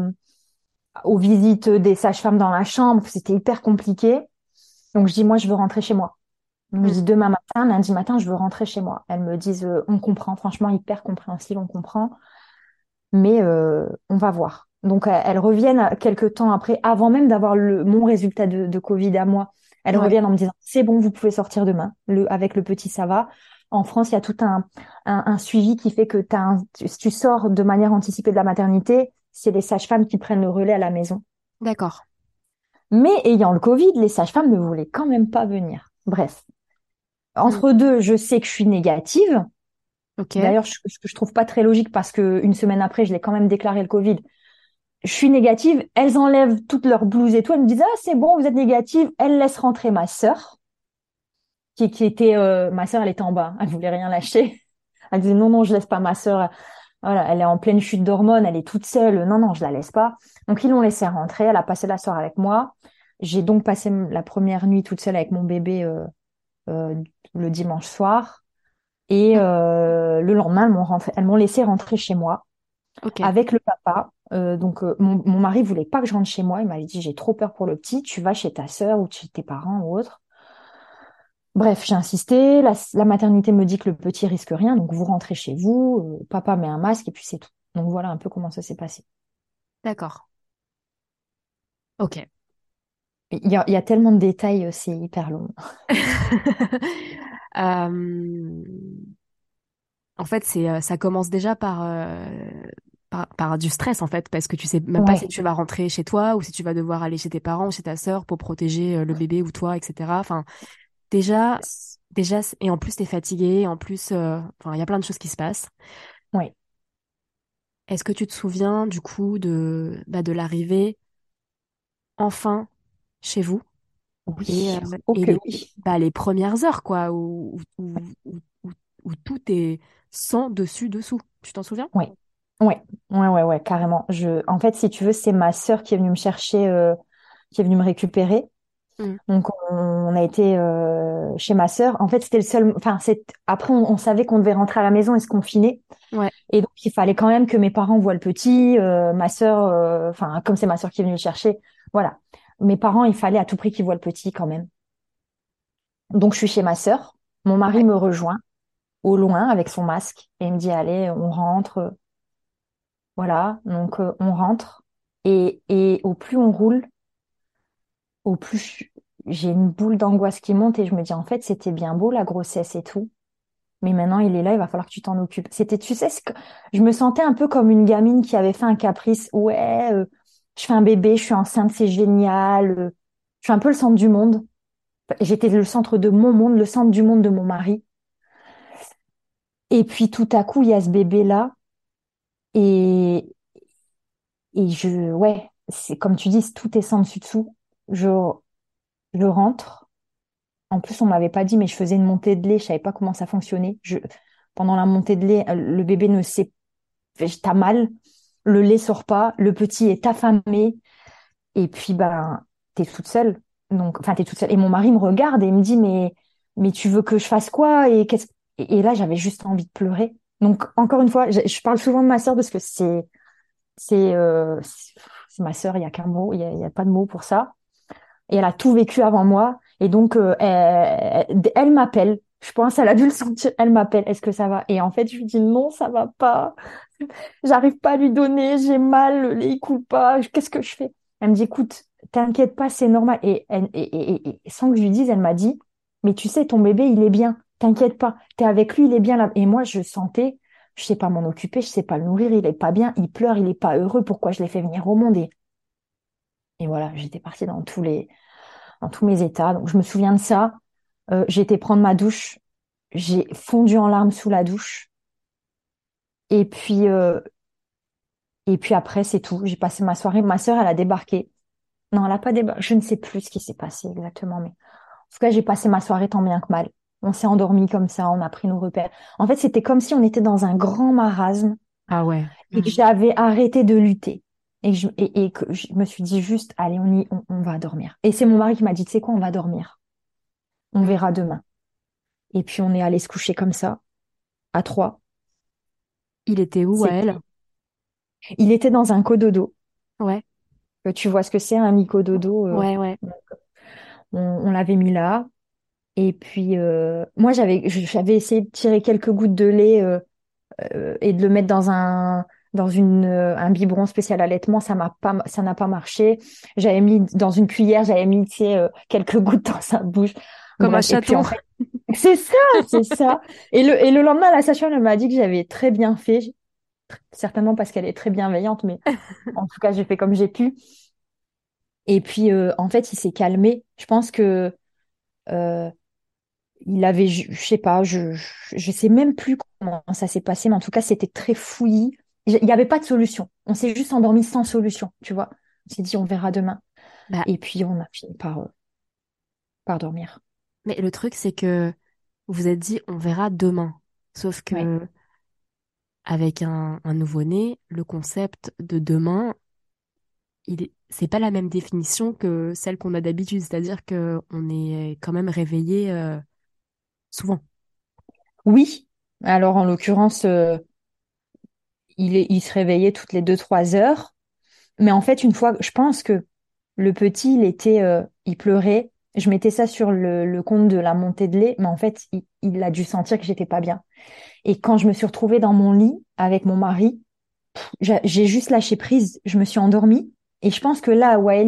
aux visites des sages-femmes dans la chambre. C'était hyper compliqué. Donc je dis, moi je veux rentrer chez moi. Donc, je Hmm. dis demain matin, lundi matin, je veux rentrer chez moi. Elles me disent, on comprend, franchement, hyper compréhensible, on comprend, mais on va voir. Donc, elles reviennent quelques temps après, avant même d'avoir mon résultat de Covid à moi. Elles Ouais, reviennent en me disant, c'est bon, vous pouvez sortir demain. Avec le petit, ça va. En France, il y a tout un suivi qui fait que tu sors de manière anticipée de la maternité, c'est les sages-femmes qui prennent le relais à la maison. d'accord. Mais ayant le Covid, les sages-femmes ne voulaient quand même pas venir. Bref. Hmm. Entre deux, je sais que je suis négative. Ok. D'ailleurs, ce que je trouve pas très logique parce que une semaine après, je l'ai quand même déclaré le Covid. Je suis négative. Elles enlèvent toutes leurs blouses et tout. Elles me disent, ah, c'est bon, vous êtes négative. Elles laissent rentrer ma sœur, qui était, ma sœur, elle était en bas. Elle voulait rien lâcher. Elle disait, non, non, je laisse pas ma sœur. Voilà, elle est en pleine chute d'hormones. Elle est toute seule. Non, non, je la laisse pas. Donc, ils l'ont laissée rentrer. Elle a passé la soirée avec moi. J'ai donc passé la première nuit toute seule avec mon bébé, euh, le dimanche soir. Et Hmm. le lendemain, elles m'ont laissé rentrer chez moi Ok. avec le papa. Donc, mon mari voulait pas que je rentre chez moi. Il m'avait dit, j'ai trop peur pour le petit. Tu vas chez ta sœur ou chez tes parents ou autre. Bref, j'ai insisté. La maternité me dit que le petit risque rien. Donc, vous rentrez chez vous. Papa met un masque et puis c'est tout. Donc, voilà un peu comment ça s'est passé. D'accord. Ok. Il y a tellement de détails, c'est hyper long. Euh, En fait, ça commence déjà par du stress, en fait, parce que tu sais même pas si Ouais, tu vas rentrer chez toi ou si tu vas devoir aller chez tes parents ou chez ta sœur pour protéger le bébé ou toi, etc. Enfin, déjà, et en plus, t'es fatigué, en plus, enfin, il y a plein de choses qui se passent. ouais. Est-ce que tu te souviens, du coup, de l'arrivée enfin chez vous et, Oui. Oh que oui. les premières heures, quoi, où tout est sans dessus dessous. Tu t'en souviens? Ouais. Ouais. Ouais, carrément. En fait, si tu veux, c'est ma sœur qui est venue me chercher, qui est venue me récupérer. Mm. Donc on a été chez ma sœur. En fait, c'était le seul. Enfin, après on savait qu'on devait rentrer à la maison et se confiner. Ouais, Et donc il fallait quand même que mes parents voient le petit, ma sœur. Enfin, comme c'est ma sœur qui est venue le chercher, voilà. Mes parents, il fallait à tout prix qu'ils voient le petit quand même. Donc je suis chez ma sœur. Mon mari ouais. me rejoint au loin avec son masque et il me dit allez, on rentre. Voilà. Donc on rentre et au plus on roule, au plus j'ai une boule d'angoisse qui monte et je me dis en fait c'était bien beau la grossesse et tout, mais maintenant il est là, il va falloir que tu t'en occupes. C'était, tu sais, je me sentais un peu comme une gamine qui avait fait un caprice. Ouais, je fais un bébé, je suis enceinte, c'est génial. Je suis un peu le centre du monde. J'étais le centre de mon monde, le centre du monde de mon mari. Et puis tout à coup il y a ce bébé là et ouais, c'est comme tu dis, tout est sans dessus dessous. Je je rentre. En plus, on m'avait pas dit, mais je faisais une montée de lait, je savais pas comment ça fonctionnait. Pendant la montée de lait, le bébé ne sait, t'as mal. le lait sort pas, le petit est affamé, et puis ben t'es toute seule. Donc, enfin t'es toute seule. Et mon mari me regarde et il me dit mais tu veux que je fasse quoi et là j'avais juste envie de pleurer. Donc encore une fois, je parle souvent de ma sœur parce que c'est ma sœur, il y a qu'un mot, il y a pas de mot pour ça. Et elle a tout vécu avant moi. Et donc, elle m'appelle. Je pense, elle a dû le sentir. Elle m'appelle. Est-ce que ça va? Et en fait, je lui dis non, ça va pas. J'arrive pas à lui donner. J'ai mal. Le lait, il coule pas. Qu'est-ce que je fais? Elle me dit, écoute, t'inquiète pas, c'est normal. Et sans que je lui dise, elle m'a dit, mais tu sais, ton bébé, il est bien. T'inquiète pas. T'es avec lui, il est bien là. Et moi, je sentais, je sais pas m'en occuper, je sais pas le nourrir, il est pas bien, il pleure, il est pas heureux. Pourquoi je l'ai fait venir au monde? Et voilà, j'étais partie dans tous mes états. Donc, je me souviens de ça. J'ai été prendre ma douche. J'ai fondu en larmes sous la douche. Et puis, euh, et puis après, c'est tout. J'ai passé ma soirée. Ma sœur, elle a débarqué. Non, elle a pas débarqué. Je ne sais plus ce qui s'est passé exactement, mais en tout cas, j'ai passé ma soirée tant bien que mal. On s'est endormi comme ça, on a pris nos repères. En fait, c'était comme si on était dans un grand marasme Ah ouais. et que j'avais arrêté de lutter. Et que je me suis dit juste, allez, on va dormir. Et c'est mon mari qui m'a dit, tu sais quoi, on va dormir. On Mm. verra demain. Et puis on est allé se coucher comme ça, à trois. Il était où à elle? Il était dans un cododo. Ouais, Tu vois ce que c'est un mycododo. ouais, ouais. On l'avait mis là. Et puis moi j'avais essayé de tirer quelques gouttes de lait et de le mettre dans un biberon spécial allaitement. Ça n'a pas marché. J'avais mis dans une cuillère, j'avais mis tu sais, quelques gouttes dans sa bouche. Comme un Bref. Et puis chaton. en fait c'est ça, c'est ça. Et le lendemain la sage-femme elle m'a dit que j'avais très bien fait. Certainement parce qu'elle est très bienveillante, mais en tout cas, j'ai fait comme j'ai pu. Et puis, en fait, il s'est calmé. Je pense que euh, il avait, je sais pas, je sais même plus comment ça s'est passé, mais en tout cas, c'était très fouillis. Il n'y avait pas de solution. On s'est juste endormi sans solution, tu vois. On s'est dit, on verra demain. Bah, Et puis, on a fini par dormir. mais le truc, c'est que vous vous êtes dit, on verra demain. Sauf Ouais. que avec un nouveau-né, le concept de demain, c'est pas la même définition que celle qu'on a d'habitude. C'est-à-dire que on est quand même réveillé souvent. Oui. Alors, en l'occurrence, il se réveillait toutes les 2, 3 heures. Mais en fait, une fois, je pense que le petit, il pleurait. Je mettais ça sur le compte de la montée de lait, mais en fait, il a dû sentir que j'étais pas bien. Et quand je me suis retrouvée dans mon lit avec mon mari, j'ai juste lâché prise. Je me suis endormie. Et je pense que là, Wael,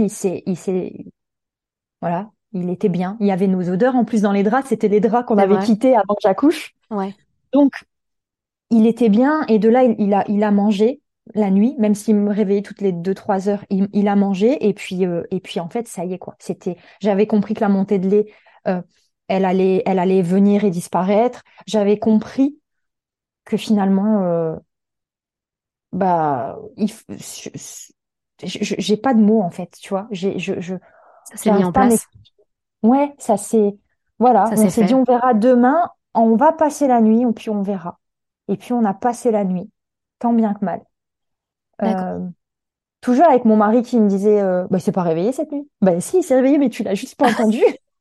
voilà, il était bien. Il y avait nos odeurs en plus dans les draps. C'était les draps qu'on C'est avait vrai. quittés avant que j'accouche. Ouais. Donc, il était bien et de là, il a mangé la nuit, même s'il me réveillait toutes les 2, 3 heures, il a mangé et puis en fait, ça y est quoi. J'avais compris que la montée de lait, euh, elle allait venir et disparaître. J'avais compris que finalement, bah, j'ai pas de mots en fait, tu vois. Ça s'est mis J'arrive en pas à place. Ouais, voilà, Ça on s'est s'est dit fait. on verra demain, on va passer la nuit, et puis on verra. Et puis on a passé la nuit, tant bien que mal. D'accord. Euh, Toujours avec mon mari qui me disait, bah, il s'est pas réveillé cette nuit. Bah si, il s'est réveillé, mais tu l'as juste pas entendu.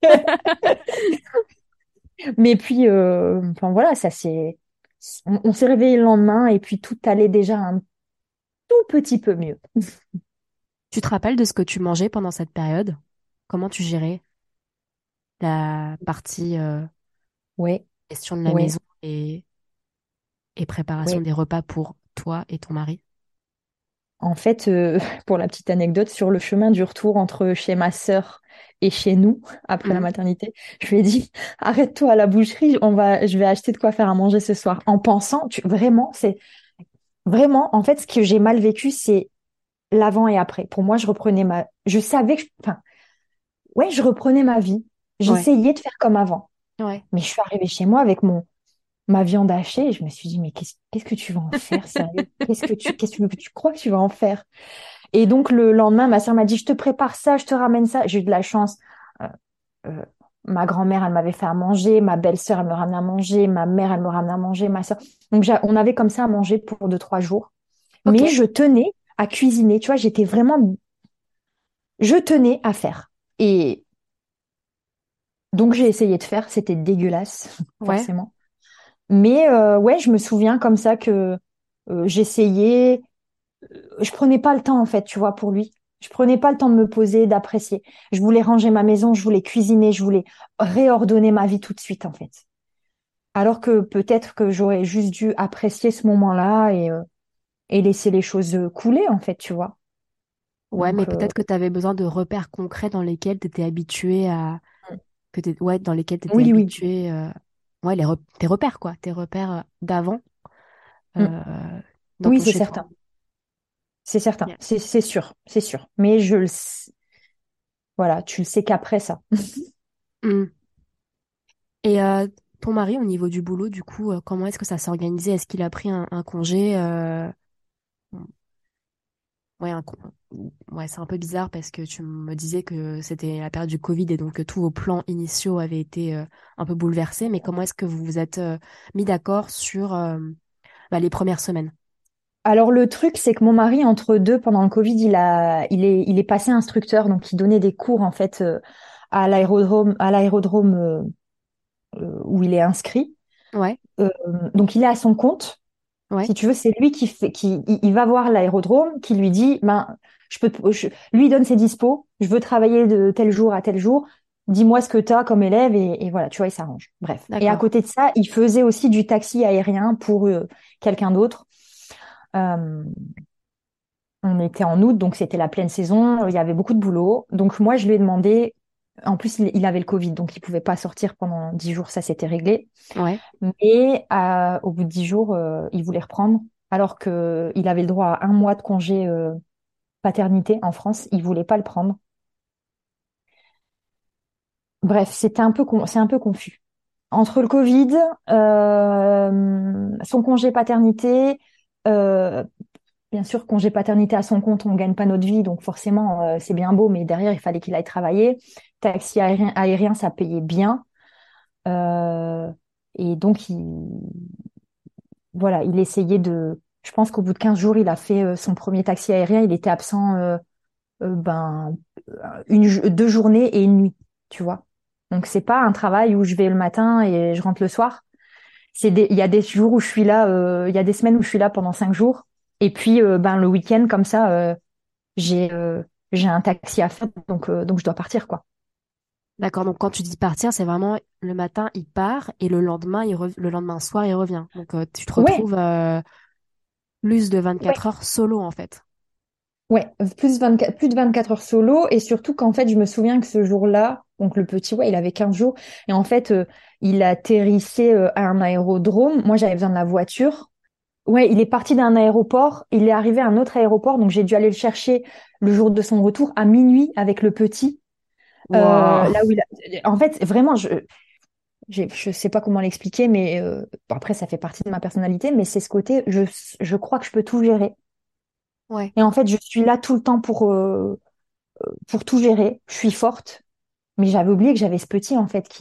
Mais puis, enfin voilà, on s'est réveillé le lendemain et puis tout allait déjà un tout petit peu mieux. Tu te rappelles de ce que tu mangeais pendant cette période? Comment tu gérais la partie Ouais, gestion de la ouais, maison et préparation ouais. des repas pour toi et ton mari? En fait, pour la petite anecdote, sur le chemin du retour entre chez ma sœur et chez nous, après la Mhm. maternité, je lui ai dit, arrête-toi à la boucherie, je vais acheter de quoi faire à manger ce soir. En pensant, vraiment, vraiment, en fait, ce que j'ai mal vécu, c'est l'avant et après. Pour moi, je savais que, enfin, ouais, je reprenais ma vie. Ouais. J'essayais de faire comme avant. Ouais. Mais je suis arrivée chez moi avec ma viande hachée et je me suis dit, mais qu'est-ce que tu vas en faire, sérieux? Qu'est-ce que tu crois que tu vas en faire? Et donc, le lendemain, ma sœur m'a dit, je te prépare ça, je te ramène ça. J'ai eu de la chance. Euh, euh, Ma grand-mère, elle m'avait fait à manger. Ma belle-sœur, elle me ramenait à manger. Ma mère, elle me ramenait à manger. Ma sœur. Donc, on avait comme ça à manger pour 2, 3 jours. Mais Ok. je tenais à cuisiner, tu vois, je tenais à faire. Et donc j'ai essayé de faire, c'était dégueulasse, Ouais. forcément. Mais ouais, je me souviens comme ça que j'essayais, je prenais pas le temps en fait, tu vois, pour lui. Je prenais pas le temps de me poser, d'apprécier. Je voulais ranger ma maison, je voulais cuisiner, je voulais réordonner ma vie tout de suite en fait. Alors que peut-être que j'aurais juste dû apprécier ce moment-là et laisser les choses couler en fait, tu vois. Ouais, mais Donc peut-être que tu avais besoin de repères concrets dans lesquels tu étais habitué à. Ouais, dans lesquels tu étais oui, oui. habitué. Ouais, tes repères, quoi. Tes repères d'avant Mm. euh, dans Oui, ton c'est chez-toi. certain. C'est certain. Yeah. C'est sûr, c'est sûr. Mais voilà, tu le sais qu'après ça. Hmm. Et ton mari, au niveau du boulot, du coup, comment est-ce que ça s'est organisé? Est-ce qu'il a pris un congé Ouais, ouais, c'est un peu bizarre parce que tu me disais que c'était la période du Covid et donc que tous vos plans initiaux avaient été un peu bouleversés. Mais comment est-ce que vous vous êtes mis d'accord sur les premières semaines? Alors le truc, c'est que mon mari, entre deux, pendant le Covid, il est passé instructeur, donc il donnait des cours en fait à l'aérodrome où il est inscrit. Ouais, Euh, donc il est à son compte. ouais, Si tu veux, c'est lui il va voir l'aérodrome, qui lui dit, ben, lui il donne ses dispos, je veux travailler de tel jour à tel jour, dis-moi ce que tu as comme élève, et voilà, tu vois, il s'arrange. Bref. Et à d'accord. côté de ça, il faisait aussi du taxi aérien pour quelqu'un d'autre. Euh, on était en août, donc c'était la pleine saison, il y avait beaucoup de boulot. Donc moi, je lui ai demandé, en plus il avait le Covid, donc il pouvait pas sortir pendant 10 jours, ça s'était réglé. Ouais, Mais au bout de 10 jours, il voulait reprendre, alors que il avait le droit à un mois de congé paternité en France, il voulait pas le prendre. Bref, c'est un peu confus. Entre le Covid, son congé paternité, euh, bien sûr, congé paternité à son compte, on gagne pas notre vie, donc forcément, c'est bien beau, mais derrière, il fallait qu'il aille travailler. Taxi aérien, ça payait bien. Euh, et donc, voilà, il essayait de. Je pense qu'au bout de 15 jours, il a fait son premier taxi aérien. Il était absent ben, 2 journées et une nuit, tu vois. Donc, c'est pas un travail où je vais le matin et je rentre le soir. Il y a des jours où je suis là, il y a des semaines où je suis là pendant 5 jours. Et puis, ben, le week-end, comme ça, j'ai j'ai un taxi à faire, donc je dois partir, quoi. d'accord. Donc quand tu dis partir, c'est vraiment le matin, il part et le lendemain, le lendemain soir, il revient. Donc tu te Ouais, retrouves plus de ouais, 24 heures solo en fait. ouais. Plus de 24 heures solo. Et surtout qu'en fait, je me souviens que ce jour-là, donc le petit, ouais, il avait 15 jours. Et en fait, il atterrissait à un aérodrome. Moi, j'avais besoin de la voiture. Ouais, il est parti d'un aéroport. Il est arrivé à un autre aéroport. Donc, j'ai dû aller le chercher le jour de son retour à minuit avec le petit. Waouh. Là où En fait, vraiment, je sais pas comment l'expliquer, mais bon, après, ça fait partie de ma personnalité. Mais c'est ce côté, je crois que je peux tout gérer. Ouais. Et en fait, je suis là tout le temps pour tout gérer. Je suis forte, mais j'avais oublié que j'avais ce petit en fait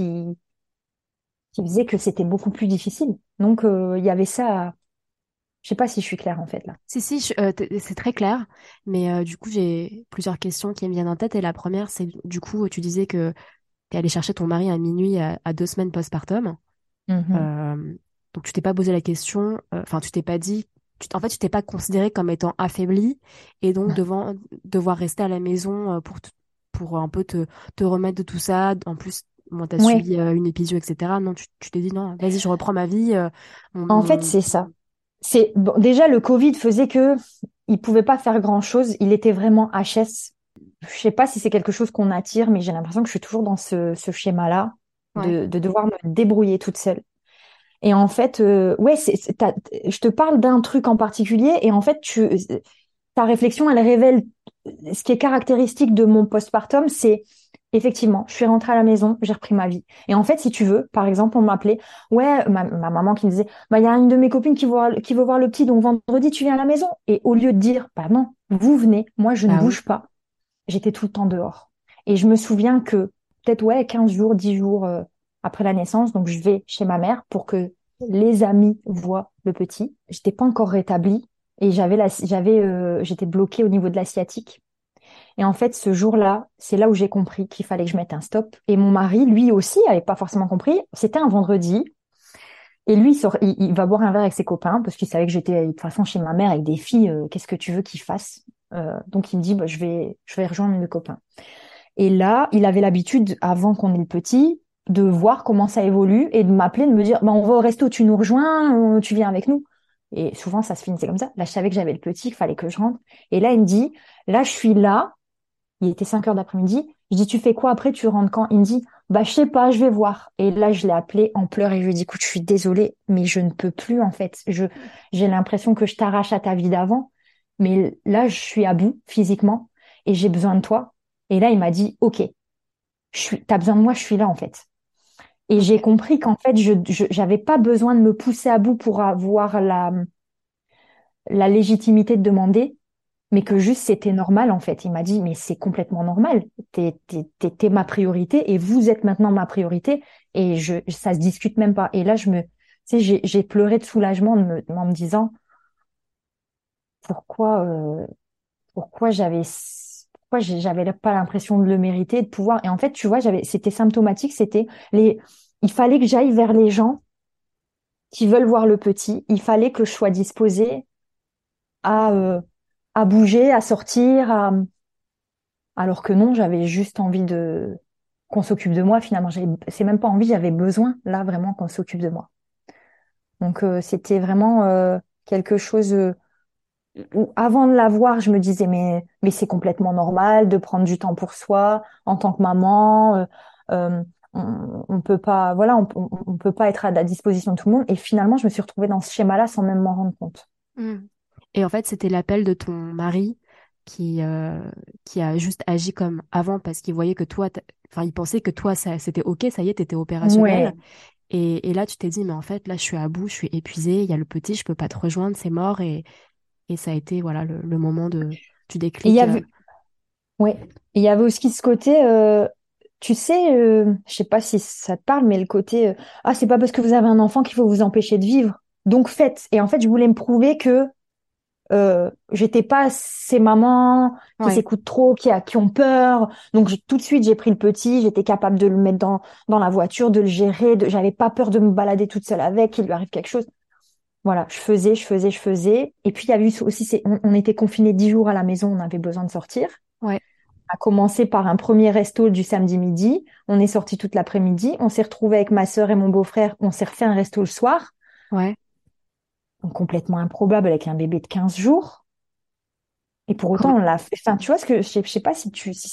qui faisait que c'était beaucoup plus difficile. Donc il y avait ça. Je sais pas si je suis claire en fait là. Si, si, c'est très clair. Mais du coup, j'ai plusieurs questions qui me viennent en tête. Et la première, c'est du coup, tu disais que tu es allé chercher ton mari à minuit à 2 semaines postpartum. Mhm. Euh, donc tu t'es pas posé la question, enfin tu t'es pas dit, en fait tu t'es pas considéré comme étant affaibli et donc devoir rester à la maison pour un peu te remettre de tout ça. En plus, bon, t'as Ouais, subi une épisio, etc. Non, tu t'es dit non, vas-y, je reprends ma vie. en fait c'est ça. C'est bon, déjà le Covid faisait que il pouvait pas faire grand-chose. Il était vraiment HS. Je sais pas si c'est quelque chose qu'on attire, mais j'ai l'impression que je suis toujours dans ce schéma-là Ouais, de devoir me débrouiller toute seule. Et en fait, ouais, je te parle d'un truc en particulier, et en fait, ta réflexion, elle révèle ce qui est caractéristique de mon postpartum, c'est effectivement, je suis rentrée à la maison, j'ai repris ma vie. Et en fait, si tu veux, par exemple, on m'appelait, ouais, ma maman qui me disait, bah, il y a une de mes copines qui veut voir le petit, donc vendredi, tu viens à la maison. Et au lieu de dire, bah non, vous venez, moi, je ne bah oui. bouge pas, j'étais tout le temps dehors. Et je me souviens que peut-être, ouais, 15 jours, 10 jours après la naissance, donc je vais chez ma mère pour que les amis voient le petit. J'étais pas encore rétablie. et j'étais bloquée au niveau de la sciatique. Et en fait, ce jour-là, c'est là où j'ai compris qu'il fallait que je mette un stop. Et mon mari, lui aussi, avait pas forcément compris. C'était un vendredi. Et lui, il va boire un verre avec ses copains parce qu'il savait que j'étais de toute façon chez ma mère avec des filles. Qu'est-ce que tu veux qu'il fasse? Donc il me dit, bah, je vais rejoindre mes copains. Et là, il avait l'habitude, avant qu'on ait le petit, de voir comment ça évolue et de m'appeler, de me dire, bah, on va au resto, tu nous rejoins, tu viens avec nous. Et souvent, ça se finissait comme ça. Là, je savais que j'avais le petit, qu'il fallait que je rentre. Et là, il me dit, là, je suis là. Il était 5 heures d'après-midi. Je dis, tu fais quoi après? Tu rentres quand? Il me dit, bah, je sais pas, je vais voir. Et là, je l'ai appelé en pleurs et je lui ai dit, écoute, je suis désolée, mais je ne peux plus, en fait. J'ai l'impression que je t'arrache à ta vie d'avant. Mais là, je suis à bout physiquement et j'ai besoin de toi. Et là, il m'a dit, OK, t'as besoin de moi, je suis là, en fait. Et j'ai Ok. compris qu'en fait, j'avais pas besoin de me pousser à bout pour avoir la légitimité de demander, mais que juste c'était normal en fait. Il m'a dit, mais c'est complètement normal. T'es ma priorité et vous êtes maintenant ma priorité et ça se discute même pas. Et là, tu sais, j'ai pleuré de soulagement en me disant pourquoi, j'avais pas l'impression de le mériter, de pouvoir. Et en fait, tu vois, c'était symptomatique. Il fallait que j'aille vers les gens qui veulent voir le petit. Il fallait que je sois disposée à, euh, à bouger, à sortir, alors que non, j'avais juste envie de qu'on s'occupe de moi finalement. C'est même pas envie, j'avais besoin là vraiment qu'on s'occupe de moi. Donc c'était vraiment quelque chose où avant de l'avoir, je me disais mais c'est complètement normal de prendre du temps pour soi en tant que maman. On peut pas voilà on peut pas être à la disposition de tout le monde. Et finalement, je me suis retrouvée dans ce schéma-là sans même m'en rendre compte. Mm. Et en fait, c'était l'appel de ton mari qui, euh, qui a juste agi comme avant parce qu'il voyait que toi, enfin, il pensait que toi, c'était OK, ça y est, t'étais opérationnel. Ouais. Et là, tu t'es dit, mais en fait, là, je suis à bout, je suis épuisée, il y a le petit, je peux pas te rejoindre, c'est mort. Et ça a été, voilà, le moment du Et il y déclic. avait ouais. Et il y avait aussi ce côté tu sais, je sais pas si ça te parle, mais le côté ah c'est pas parce que vous avez un enfant qu'il faut vous empêcher de vivre. Donc faites. Et en fait, je voulais me prouver que j'étais pas ces mamans qui Ouais. s'écoutent trop, qui ont peur. Donc tout de suite, j'ai pris le petit. J'étais capable de le mettre dans la voiture, de le gérer. J'avais pas peur de me balader toute seule avec, qu'il lui arrive quelque chose. Voilà, je faisais. Et puis il y avait eu aussi, on était confinés 10 jours à la maison. On avait besoin de sortir Ouais. a commencé par un premier resto du samedi midi. On est sorti toute l'après-midi. On s'est retrouvé avec ma sœur et mon beau-frère. On s'est refait un resto le soir. Ouais. Donc, complètement improbable avec un bébé de 15 jours. Et pour autant, Com- on l'a fait. Enfin, tu vois je sais pas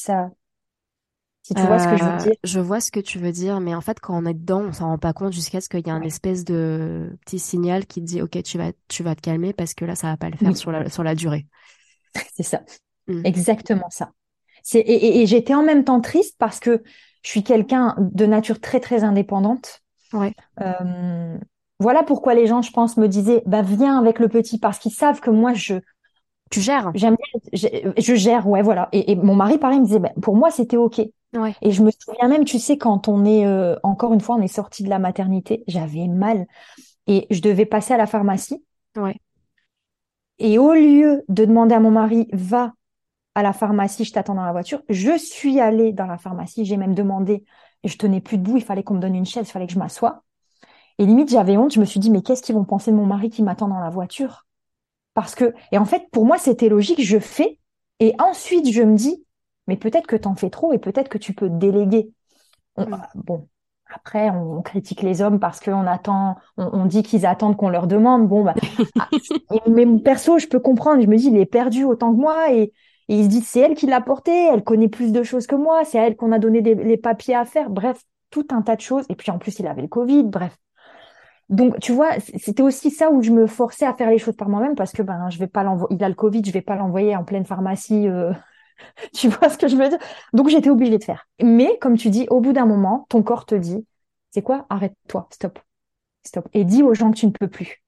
si tu vois ce que je veux dire. je vois ce que tu veux dire, mais en fait, quand on est dedans, on s'en rend pas compte jusqu'à ce qu'il y ait un Ouais. espèce de petit signal qui te dit, OK, tu vas te calmer parce que là, ça va pas le faire Oui, sur la durée. c'est ça. Mm. Exactement ça. Et j'étais en même temps triste parce que je suis quelqu'un de nature très, très indépendante. Ouais. Euh, voilà pourquoi les gens, je pense, me disaient, bah, viens avec le petit parce qu'ils savent que moi, Tu gères. j'aime bien, je gère, ouais, voilà. Et mon mari, pareil, me disait, ben, pour moi, c'était OK. Ouais. Et je me souviens même, tu sais, quand encore une fois, on est sorti de la maternité, j'avais mal et je devais passer à la pharmacie. Ouais. Et au lieu de demander à mon mari, va à la pharmacie, je t'attends dans la voiture, je suis allée dans la pharmacie, j'ai même demandé, et je tenais plus debout, il fallait qu'on me donne une chaise, il fallait que je m'assoie. Et limite, j'avais honte, je me suis dit, mais qu'est-ce qu'ils vont penser de mon mari qui m'attend dans la voiture? Et en fait, pour moi, c'était logique, je fais. Et ensuite, je me dis, mais peut-être que t'en fais trop et peut-être que tu peux te déléguer. Mm. Bon, après, on critique les hommes parce qu'on attend, on dit qu'ils attendent qu'on leur demande. Bon, bah, ah, mais perso, je peux comprendre. Je me dis, il est perdu autant que moi et il se dit, c'est elle qui l'a porté, elle connaît plus de choses que moi, c'est à elle qu'on a donné les papiers à faire. Bref, tout un tas de choses. Et puis en plus, il avait le Covid. Bref. Donc, tu vois, c'était aussi ça où je me forçais à faire les choses par moi-même parce que ben, je vais pas l'envoyer. Il a le Covid, je vais pas l'envoyer en pleine pharmacie. Tu vois ce que je veux dire? Donc, j'étais obligée de faire. Mais comme tu dis, au bout d'un moment, ton corps te dit, c'est quoi? Arrête-toi, stop, stop. Et dis aux gens que tu ne peux plus.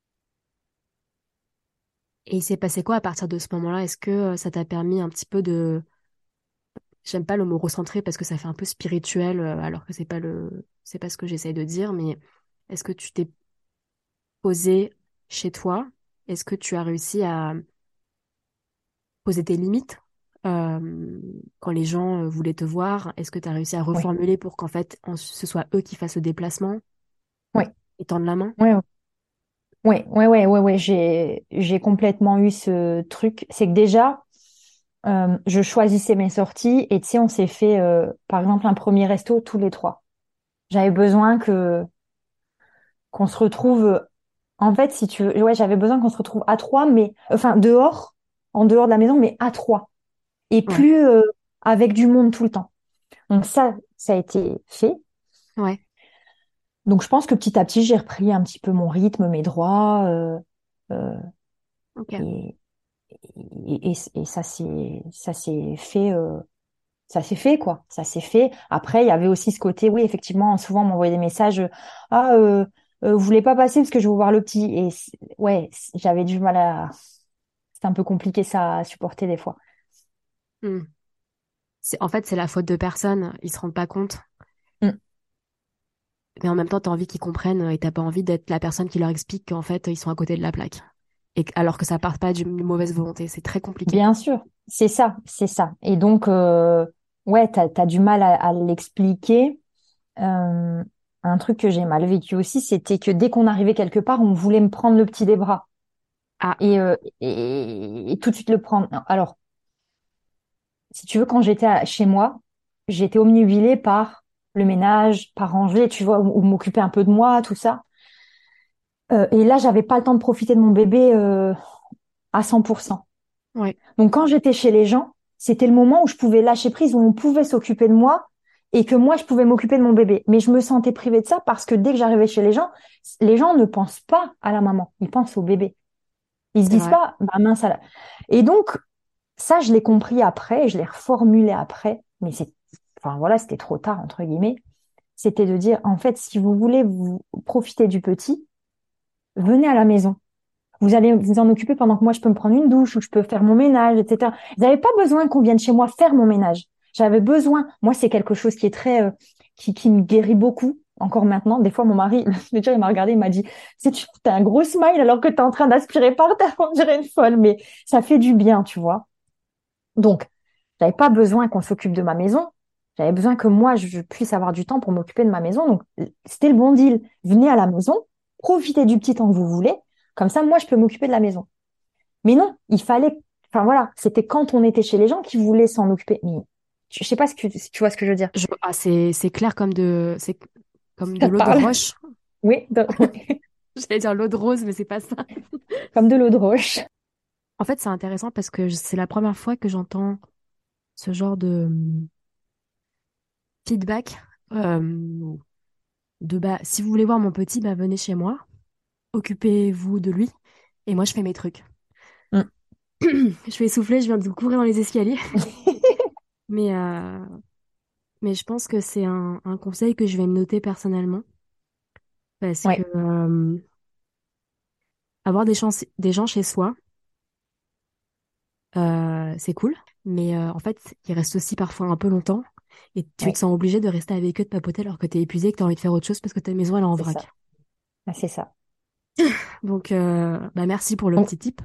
Et il s'est passé quoi à partir de ce moment-là? Est-ce que ça t'a permis un petit peu j'aime pas le mot recentrer parce que ça fait un peu spirituel, alors que c'est pas ce que j'essaye de dire, mais est-ce que tu t'es posé chez toi est-ce que tu as réussi à poser tes limites quand les gens voulaient te voir? Est-ce que tu as réussi à Oui, reformuler pour qu'en fait, ce soit eux qui fassent le déplacement oui, et tendent la main? oui, oui, oui, oui, oui, oui, j'ai complètement eu ce truc. C'est que déjà, je choisissais mes sorties et tu sais, on s'est fait, par exemple, un premier resto tous les trois. J'avais besoin qu'on se retrouve. En fait, si tu veux, ouais, j'avais besoin qu'on se retrouve à trois, mais enfin dehors, en dehors de la maison, mais à trois, et Ouais, plus avec du monde tout le temps. Donc ça a été fait. ouais, Donc je pense que petit à petit, j'ai repris un petit peu mon rythme, mes droits, euh, ok. et, et ça s'est fait. Ça s'est fait, quoi. Ça s'est fait. Après, il y avait aussi ce côté, oui, effectivement, souvent on m'envoyait des messages, ah, vous voulez pas passer parce que je veux voir le petit. Et ouais, j'avais du mal à. C'était un peu compliqué ça à supporter des fois. Hmm. En fait, c'est la faute de personne. Ils se rendent pas compte. Mm. Mais en même temps, t'as envie qu'ils comprennent et t'as pas envie d'être la personne qui leur explique qu'en fait, ils sont à côté de la plaque. Alors que ça part pas d'une mauvaise volonté. C'est très compliqué. Bien sûr, c'est ça, c'est ça. Et donc, ouais, t'as du mal à l'expliquer. Euh, un truc que j'ai mal vécu aussi, c'était que dès qu'on arrivait quelque part, on voulait me prendre le petit des bras Ah, et tout de suite le prendre. Alors, si tu veux, quand j'étais chez moi, j'étais omnubilée par le ménage, par ranger, tu vois, ou m'occuper un peu de moi, tout ça. Et là, j'avais pas le temps de profiter de mon bébé à 100%. ouais, Donc, quand j'étais chez les gens, c'était le moment où je pouvais lâcher prise, où on pouvait s'occuper de moi et que moi, je pouvais m'occuper de mon bébé. Mais je me sentais privée de ça parce que dès que j'arrivais chez les gens ne pensent pas à la maman, ils pensent au bébé. Ils se c'est disent vrai. pas, bah mince, et donc, ça, je l'ai compris après, et je l'ai reformulé après, mais enfin voilà, c'était trop tard, entre guillemets. C'était de dire, en fait, si vous voulez vous profiter du petit, venez à la maison. Vous allez vous en occuper pendant que moi, je peux me prendre une douche ou je peux faire mon ménage, etc. Vous n'avez pas besoin qu'on vienne chez moi faire mon ménage. J'avais besoin, moi, c'est quelque chose qui est très, qui me guérit beaucoup. Encore maintenant, des fois, mon mari, le jour, il m'a regardé, il m'a dit, t'as un gros smile alors que t'es en train d'aspirer par terre, on dirait une folle, mais ça fait du bien, tu vois. Donc, j'avais pas besoin qu'on s'occupe de ma maison. J'avais besoin que moi, je puisse avoir du temps pour m'occuper de ma maison. Donc, c'était le bon deal. Venez à la maison, profitez du petit temps que vous voulez. Comme ça, moi, je peux m'occuper de la maison. Mais non, il fallait, enfin voilà, c'était quand on était chez les gens qui voulaient s'en occuper. Mais je sais pas si tu vois ce que je veux dire. C'est clair c'est comme de Ça te l'eau de parle? roche. Oui, J'allais dire l'eau de rose, mais c'est pas ça. comme de l'eau de roche. En fait, c'est intéressant parce que c'est la première fois que j'entends ce genre de feedback de bah si vous voulez voir mon petit, bah venez chez moi, occupez-vous de lui et moi je fais mes trucs. Mm. Je vais essouffler, je viens de courir dans les escaliers, mais euh, mais je pense que c'est un conseil que je vais me noter personnellement parce que Ouais, avoir des gens chez soi, c'est cool, mais en fait ils restent aussi parfois un peu longtemps et tu te ouais, sens obligé de rester avec eux, de papoter alors que t'es épuisé et que t'as envie de faire autre chose parce que ta maison elle est en c'est ça. vrac. Ah, c'est ça. Donc bah merci pour le Donc, petit tip.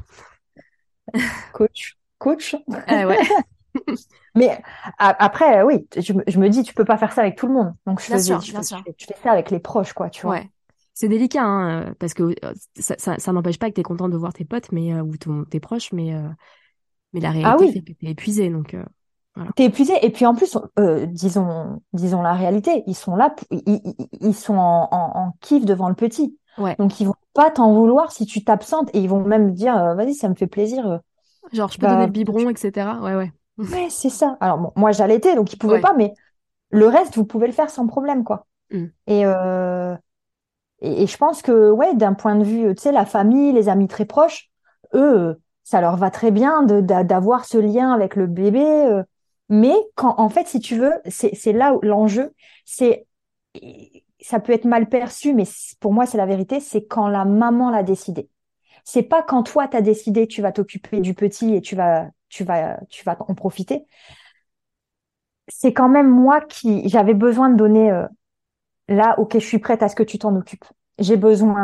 coach. Ouais. Mais après, oui, je me dis, tu peux pas faire ça avec tout le monde. Donc, Bien sûr, je bien sûr. je fais ça avec les proches, quoi, tu vois. Ouais. C'est délicat, hein, parce que ça n'empêche pas que tu es content de voir tes potes ou tes proches, mais la Ah réalité oui, fait que tu es épuisé. Donc, voilà. t'es épuisé. Et puis, en plus, disons la réalité, ils sont là, ils sont en kiff devant le petit. Ouais. Donc, ils vont pas t'en vouloir si tu t'absentes et ils vont même dire, vas-y, ça me fait plaisir, Genre, je peux donner va le biberon, t'occuper. etc. Ouais, ouais. Ouais, c'est ça. Alors, bon, moi, j'allaitais, donc ils pouvaient Ouais. pas, mais le reste, vous pouvez le faire sans problème, quoi. Mm. Et, et je pense que, ouais, d'un point de vue, tu sais, la famille, les amis très proches, eux, ça leur va très bien d'avoir ce lien avec le bébé. Mais quand, en fait, si tu veux, c'est là où l'enjeu, c'est, ça peut être mal perçu, mais pour moi, c'est la vérité, c'est quand la maman l'a décidé. C'est pas quand toi, t'as décidé, tu vas t'occuper du petit et tu vas en profiter. C'est quand même moi j'avais besoin de donner, là, ok, je suis prête à ce que tu t'en occupes. J'ai besoin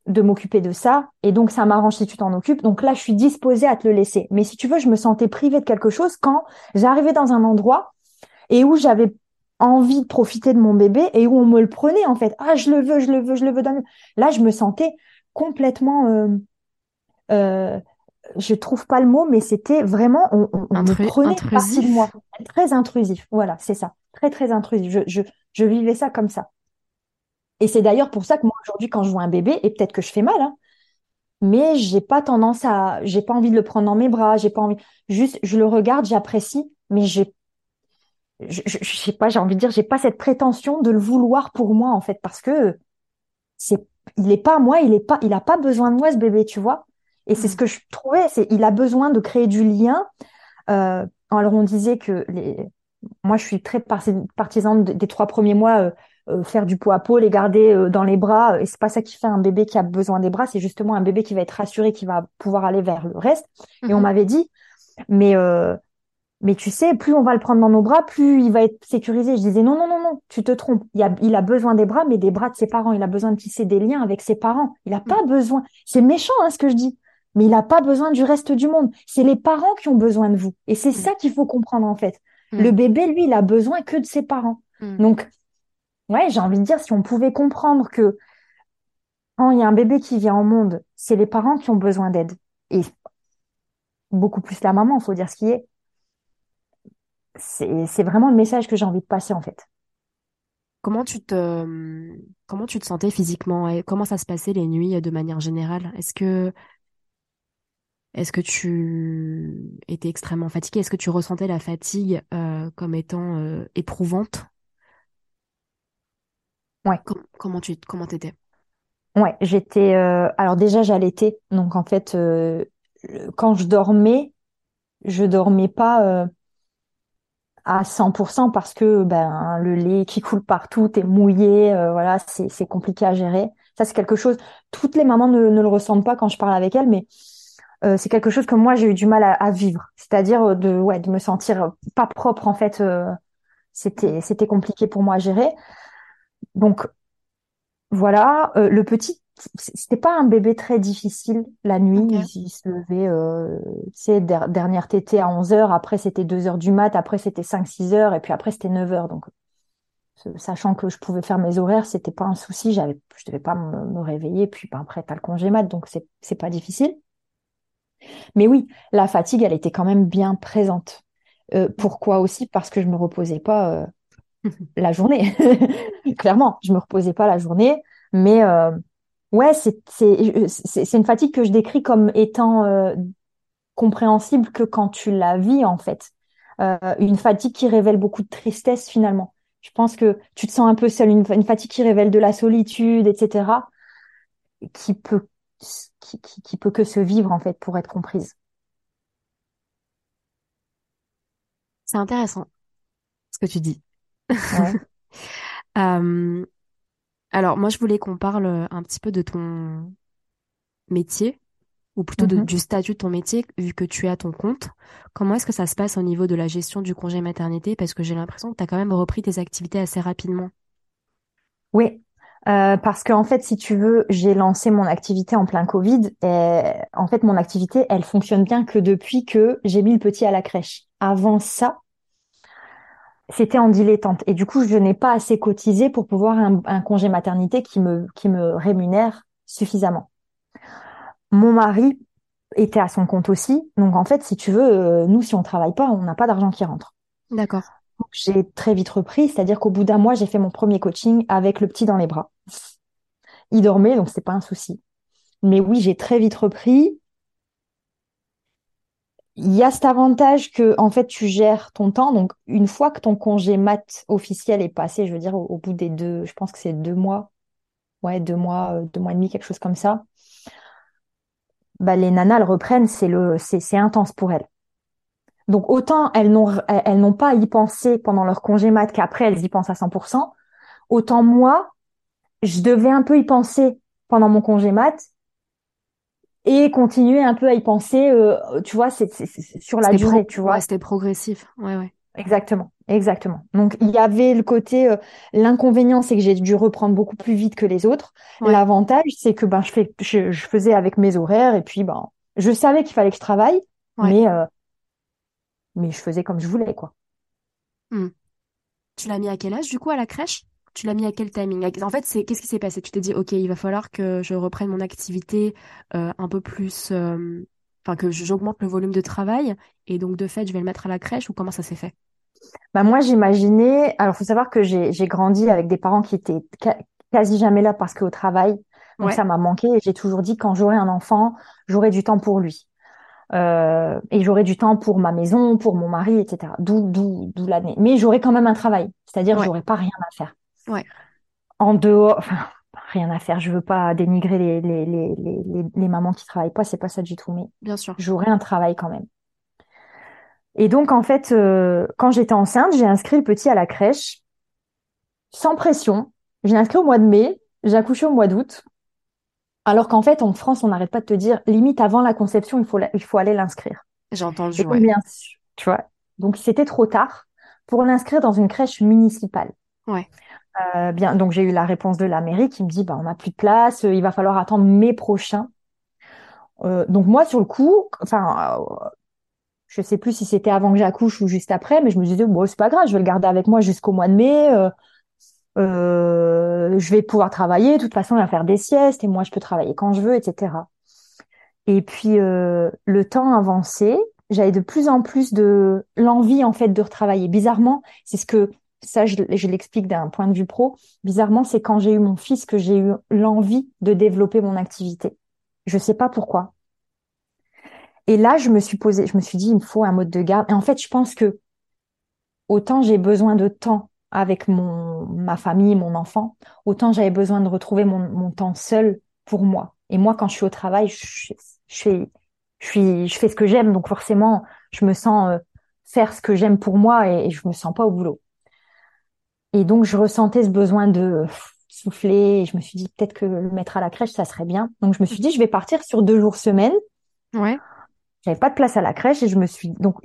de m'occuper de ça. Et donc, ça m'arrange si tu t'en occupes. Donc là, je suis disposée à te le laisser. Mais si tu veux, je me sentais privée de quelque chose quand j'arrivais dans un endroit et où j'avais envie de profiter de mon bébé et où on me le prenait, en fait. Ah, je le veux, je le veux, je le veux. Là, je me sentais complètement... euh, je trouve pas le mot, mais c'était vraiment... On me prenait une partie de moi. Intrusif. Très intrusif. Voilà, c'est ça. Très, très intrusif. Je vivais ça comme ça. Et c'est d'ailleurs pour ça que moi, aujourd'hui, quand je vois un bébé, et peut-être que je fais mal, hein, mais j'ai pas envie de le prendre dans mes bras, j'ai pas envie, juste, je le regarde, j'apprécie, mais je sais pas, j'ai envie de dire, j'ai pas cette prétention de le vouloir pour moi, en fait, parce que c'est, il est pas à moi, il a pas besoin de moi, ce bébé, tu vois. Et c'est ce Mm. que je trouvais, il a besoin de créer du lien. Alors on disait que moi je suis très partisane des 3 premiers mois, faire du pot à pot, les garder dans les bras, et c'est pas ça qui fait un bébé qui a besoin des bras, c'est justement un bébé qui va être rassuré, qui va pouvoir aller vers le reste. Et on Mhm. m'avait dit, mais tu sais, plus on va le prendre dans nos bras, plus il va être sécurisé. Je disais non, non, non, non, tu te trompes. Il a besoin des bras, mais des bras de ses parents. Il a besoin de tisser des liens avec ses parents. Il n'a Mm. pas besoin. C'est méchant, hein, ce que je dis. Mais il n'a pas besoin du reste du monde. C'est les parents qui ont besoin de vous. Et c'est Mm. ça qu'il faut comprendre, en fait. Le Mm. bébé, lui, il a besoin que de ses parents. Mm. Donc, ouais, j'ai envie de dire, si on pouvait comprendre que quand il y a un bébé qui vient au monde, c'est les parents qui ont besoin d'aide. Et beaucoup plus la maman, il faut dire ce qui est. C'est vraiment le message que j'ai envie de passer, en fait. Comment comment tu te sentais physiquement et comment ça se passait les nuits de manière générale? Est-ce que tu étais extrêmement fatiguée? Est-ce que tu ressentais la fatigue comme étant éprouvante? Ouais. Comment t'étais? Ouais, alors déjà j'allaitais, donc en fait quand je dormais pas à 100% parce que ben le lait qui coule partout, t'es mouillé, voilà, c'est compliqué à gérer. Ça c'est quelque chose. Toutes les mamans ne le ressentent pas quand je parle avec elles, mais c'est quelque chose que moi j'ai eu du mal à vivre. C'est-à-dire de me sentir pas propre en fait. Mm. C'était compliqué pour moi à gérer. Donc voilà, le petit, c'était pas un bébé très difficile la nuit. Ok. Il se levait, tu sais, dernière tétée à 11 heures. Après, c'était 2 heures du mat. Après, c'était 5-6 heures. Et puis après, c'était 9 heures. Donc, sachant que je pouvais faire mes horaires, c'était pas un souci. Je devais pas me réveiller. Puis ben, après, t'as le congé mat. Donc, c'est pas difficile. Mais oui, la fatigue, elle était quand même bien présente. Pourquoi aussi? Parce que je me reposais pas, la journée. Clairement, je me reposais pas la journée. Mais, ouais, c'est une fatigue que je décris comme étant compréhensible que quand tu la vis, en fait. Une fatigue qui révèle beaucoup de tristesse, finalement. Je pense que tu te sens un peu seul, une fatigue qui révèle de la solitude, etc., qui peut, qui peut que se vivre, en fait, pour être comprise. C'est intéressant ce que tu dis. Ouais. Euh, alors, moi, je voulais qu'on parle un petit peu de ton métier, ou plutôt Mhm. du statut de ton métier, vu que tu es à ton compte. Comment est-ce que ça se passe au niveau de la gestion du congé maternité? Parce que j'ai l'impression que tu as quand même repris tes activités assez rapidement. Oui, parce qu'en fait, si tu veux, j'ai lancé mon activité en plein Covid. Et en fait, mon activité, elle fonctionne bien que depuis que j'ai mis le petit à la crèche. Avant ça, c'était en dilettante. Et du coup, je n'ai pas assez cotisé pour pouvoir un congé maternité qui me rémunère suffisamment. Mon mari était à son compte aussi. Donc, en fait, si tu veux, nous, si on travaille pas, on n'a pas d'argent qui rentre. D'accord. Donc, j'ai très vite repris, c'est-à-dire qu'au bout d'un mois, j'ai fait mon premier coaching avec le petit dans les bras. Il dormait, donc c'était pas un souci. Mais oui, j'ai très vite repris. Il y a cet avantage que, en fait, tu gères ton temps. Donc, une fois que ton congé mat officiel est passé, je veux dire, au bout des je pense que c'est 2 mois, ouais, 2 mois et demi, quelque chose comme ça, bah, les nanas, elles reprennent, c'est intense pour elles. Donc, autant elles n'ont pas à y penser pendant leur congé mat qu'après, elles y pensent à 100%. Autant moi, je devais un peu y penser pendant mon congé mat et continuer un peu à y penser, tu vois, c'est sur la durée, tu Ouais, vois. c'était progressif. Ouais, ouais. Exactement. Exactement. Donc, il y avait le côté, l'inconvénient, c'est que j'ai dû reprendre beaucoup plus vite que les autres. Ouais, L'avantage, c'est que ben, je faisais avec mes horaires et puis ben, je savais qu'il fallait que je travaille, ouais. mais, euh, mais je faisais comme je voulais, quoi. Hmm. Tu l'as mis à quel âge, du coup, à la crèche? Tu l'as mis à quel timing? En fait, qu'est-ce qui s'est passé? Tu t'es dit, OK, il va falloir que je reprenne mon activité un peu plus... Enfin, que j'augmente le volume de travail. Et donc, de fait, je vais le mettre à la crèche ou comment ça s'est fait? Bah, moi, j'imaginais. Alors, faut savoir que j'ai grandi avec des parents qui étaient quasi jamais là parce qu'au travail. Donc, Ouais, ça m'a manqué et j'ai toujours dit quand j'aurai un enfant, j'aurai du temps pour lui. Et j'aurai du temps pour ma maison, pour mon mari, etc. D'où l'année. Mais j'aurai quand même un travail. C'est-à-dire, ouais, j'aurai pas rien à faire. ouais, En dehors, enfin, rien à faire. Je veux pas dénigrer les mamans qui travaillent pas, c'est pas ça du tout. Mais bien sûr. j'aurai un travail quand même. Et donc, en fait, quand j'étais enceinte, j'ai inscrit le petit à la crèche sans pression. J'ai inscrit au mois de mai, j'ai accouché au mois d'août. Alors qu'en fait, en France, on n'arrête pas de te dire, limite avant la conception, il faut aller l'inscrire. J'ai Et entendu, donc, ouais. bien sûr, tu vois, donc c'était trop tard pour l'inscrire dans une crèche municipale. Ouais. Donc j'ai eu la réponse de la mairie qui me dit, bah, on n'a plus de place, il va falloir attendre mai prochain. Donc moi, sur le coup, enfin, je sais plus si c'était avant que j'accouche ou juste après, mais je me disais, bon, c'est pas grave, je vais le garder avec moi jusqu'au mois de mai. Je vais pouvoir travailler. De toute façon, il va faire des siestes et moi, je peux travailler quand je veux, etc. Et puis, le temps avançait. J'avais de plus en plus de l'envie, en fait, de retravailler. Bizarrement, c'est ce que, ça, je l'explique d'un point de vue pro. Bizarrement, c'est quand j'ai eu mon fils que j'ai eu l'envie de développer mon activité. Je sais pas pourquoi. Et là, je me suis dit, il me faut un mode de garde. Et en fait, je pense que autant j'ai besoin de temps avec ma famille, mon enfant, autant j'avais besoin de retrouver mon temps seul pour moi. Et moi, quand je suis au travail, je fais, je fais ce que j'aime, donc forcément, je me sens faire ce que j'aime pour moi et je me sens pas au boulot. Et donc, je ressentais ce besoin de souffler et je me suis dit peut-être que le mettre à la crèche, ça serait bien. Donc, je me suis dit, je vais partir sur 2 jours semaine. Ouais. J'avais pas de place à la crèche et je me suis donc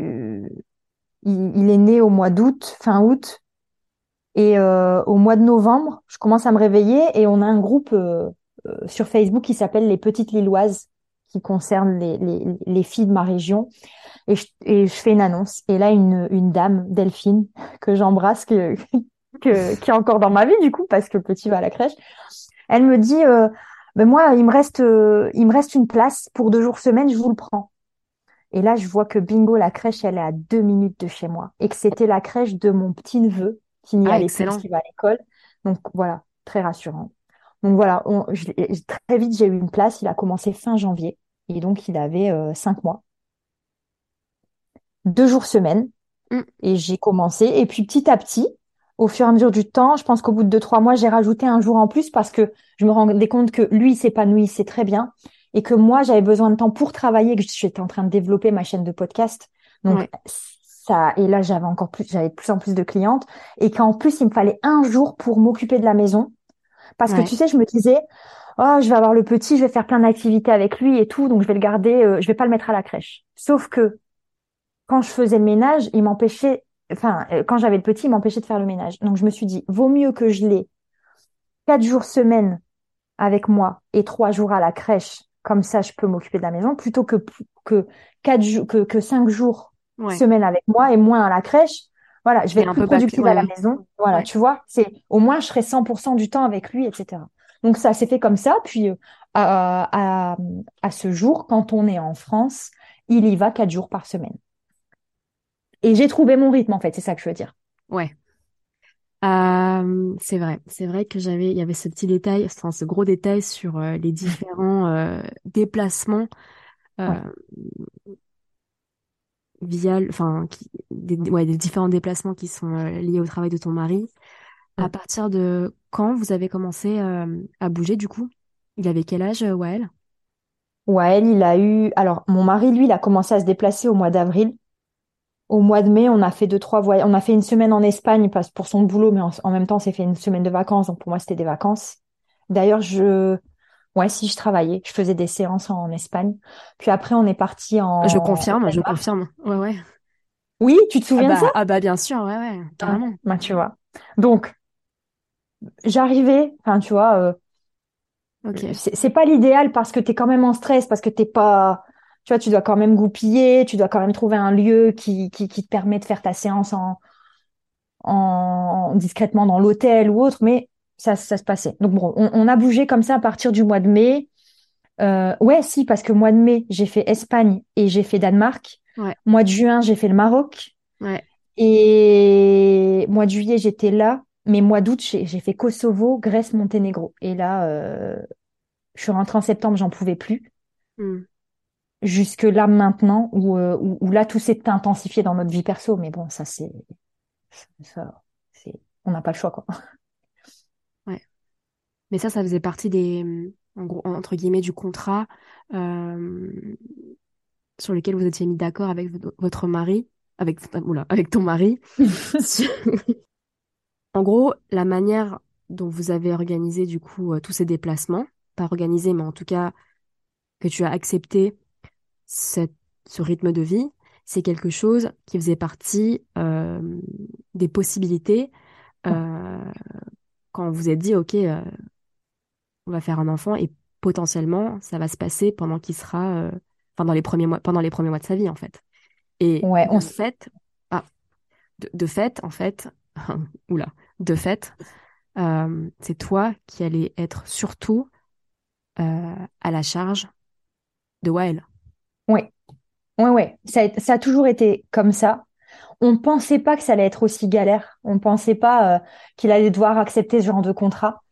il est né au mois d'août, fin août. Et au mois de novembre, je commence à me réveiller et on a un groupe sur Facebook qui s'appelle Les Petites Lilloises, qui concerne les filles de ma région. Et je fais une annonce. Et là, une dame, Delphine, que j'embrasse, qui est encore dans ma vie du coup, parce que le petit va à la crèche, elle me dit, ben moi, il me reste une place pour 2 jours semaine, je vous le prends. Et là, je vois que bingo, la crèche, elle est à 2 minutes de chez moi. Et que c'était la crèche de mon petit-neveu qui n'y Ah, allait plus parce excellent. qu'il va à l'école. Donc voilà, très rassurant. Donc voilà, très vite, j'ai eu une place. Il a commencé fin janvier. Et donc, il avait 5 mois. 2 jours semaine. Mm. Et j'ai commencé. Et puis petit à petit, au fur et à mesure du temps, je pense qu'au bout de 2, 3 mois, j'ai rajouté un jour en plus parce que je me rendais compte que lui, il s'épanouit, c'est très bien. Et que moi, j'avais besoin de temps pour travailler, que j'étais en train de développer ma chaîne de podcast. Donc, Ouais. ça, et là, j'avais de plus en plus de clientes. Et qu'en plus, il me fallait un jour pour m'occuper de la maison. Parce que Ouais. tu sais, je me disais, oh, je vais avoir le petit, je vais faire plein d'activités avec lui et tout. Donc, je vais le garder, je vais pas le mettre à la crèche. Sauf que, quand je faisais le ménage, il m'empêchait, enfin, quand j'avais le petit, il m'empêchait de faire le ménage. Donc, je me suis dit, vaut mieux que je l'ai 4 jours semaine avec moi et 3 jours à la crèche. Comme ça, je peux m'occuper de la maison plutôt que 4 jours, que 5 jours Ouais. semaine avec moi et moins à la crèche. Voilà, je vais Et être un plus peu bâclé. productive Ouais, à la ouais. maison. Voilà, Ouais. tu vois, au moins, je serai 100% du temps avec lui, etc. Donc, ça s'est fait comme ça. Puis, à ce jour, quand on est en France, il y va 4 jours par semaine. Et j'ai trouvé mon rythme, en fait, c'est ça que je veux dire. Ouais. C'est vrai. C'est vrai que il y avait ce petit détail, enfin, ce gros détail sur les différents déplacements euh, Ouais. enfin, ouais, des différents déplacements qui sont liés au travail de ton mari. À Mm. partir de quand vous avez commencé à bouger, du coup? Il avait quel âge, Wael? Ouais, il a eu. Alors, mon mari, lui, il a commencé à se déplacer au mois d'avril. Au mois de mai, on a fait 2, 3 voyages. On a fait une semaine en Espagne pour son boulot, mais en même temps, on s'est fait une semaine de vacances. Donc, pour moi, c'était des vacances. D'ailleurs, ouais, si je travaillais, je faisais des séances en Espagne. Puis après, on est parti Je au confirme, je Danemark. confirme. Ouais, ouais. Oui, tu te souviens de ça? Bien sûr, ouais, Ah, carrément. bah, tu vois. Donc, j'arrivais, enfin, tu vois, Ok. c'est pas l'idéal parce que t'es quand même en stress, parce que t'es pas, tu vois, tu dois quand même goupiller, tu dois quand même trouver un lieu qui te permet de faire ta séance discrètement dans l'hôtel ou autre, mais ça se passait. Donc bon, on a bougé comme ça à partir du mois de mai. Ouais, si, parce que mois de mai, j'ai fait Espagne et j'ai fait Danemark. Ouais, Mois de juin, j'ai fait le Maroc. ouais. Et mois de juillet, j'étais là. Mais mois d'août, j'ai fait Kosovo, Grèce, Monténégro. Et là, je suis rentrée en septembre, j'en pouvais plus. Hmm. Jusque là maintenant, où là, tout s'est intensifié dans notre vie perso. Mais bon, ça, on n'a pas le choix, quoi. Ouais. Mais ça faisait partie en gros, entre guillemets, du contrat euh, sur lequel vous étiez mis d'accord avec votre mari, avec ton mari. sur- En gros, la manière dont vous avez organisé du coup tous ces déplacements, pas organisé, mais en tout cas que tu as accepté cette, ce rythme de vie, c'est quelque chose qui faisait partie des possibilités Ouais, euh, quand vous vous êtes dit, OK, on va faire un enfant et potentiellement, ça va se passer pendant qu'il sera, enfin, dans les premiers mois, pendant les premiers mois de sa vie, en fait. Et ouais, ah, de fait, en fait, oula, de fait, c'est toi qui allais être surtout à la charge de Wael. ouais, ouais, ouais. Ça a toujours été comme ça. On pensait pas que ça allait être aussi galère. On pensait pas qu'il allait devoir accepter ce genre de contrat.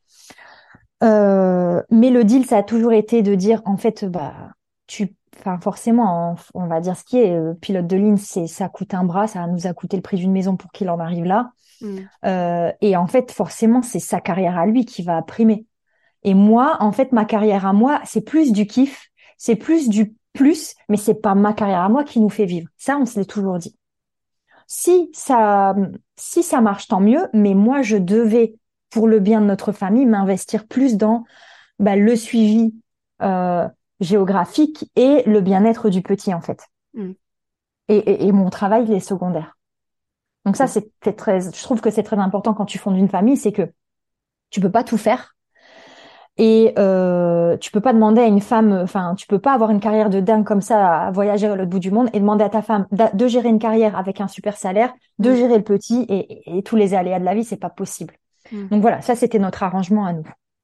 Mais le deal, ça a toujours été de dire, en fait, bah, enfin, forcément, on va dire ce qui est, pilote de ligne, ça coûte un bras, ça nous a coûté le prix d'une maison pour qu'il en arrive là. Mm. Et en fait, forcément, c'est sa carrière à lui qui va primer. Et moi, en fait, ma carrière à moi, c'est plus du kiff, c'est plus du plus, mais c'est pas ma carrière à moi qui nous fait vivre. Ça, on se l'est toujours dit. Si ça, si ça marche, tant mieux, mais moi, je devais, pour le bien de notre famille, m'investir plus dans bah, le suivi euh, géographique et le bien-être du petit, en fait. Mm. Et mon travail, il est secondaire. Donc ça, Mm. c'est très, je trouve que c'est très important quand tu fondes une famille, c'est que tu peux pas tout faire. Et tu peux pas demander à une femme, enfin, tu peux pas avoir une carrière de dingue comme ça, à voyager à l'autre bout du monde et demander à ta femme de gérer une carrière avec un super salaire, de Mm. gérer le petit et tous les aléas de la vie, c'est pas possible. Mm. Donc voilà, ça c'était notre arrangement à nous.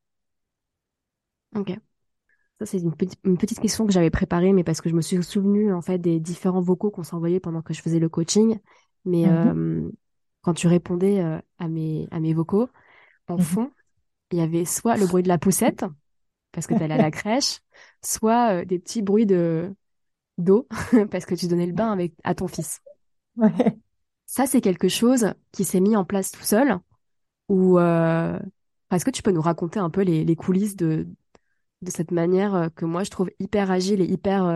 Ok. Ça, c'est une petite question que j'avais préparée, mais parce que je me suis souvenue en fait des différents vocaux qu'on s'envoyait pendant que je faisais le coaching. Mais Mhm. quand tu répondais à mes vocaux, en Mhm. fond, il y avait soit le bruit de la poussette, parce que tu allais à la crèche, soit des petits bruits d'eau, parce que tu donnais le bain à ton fils. Ouais. Ça, c'est quelque chose qui s'est mis en place tout seul, ou est-ce que tu peux nous raconter un peu les coulisses de cette manière que moi je trouve hyper agile et hyper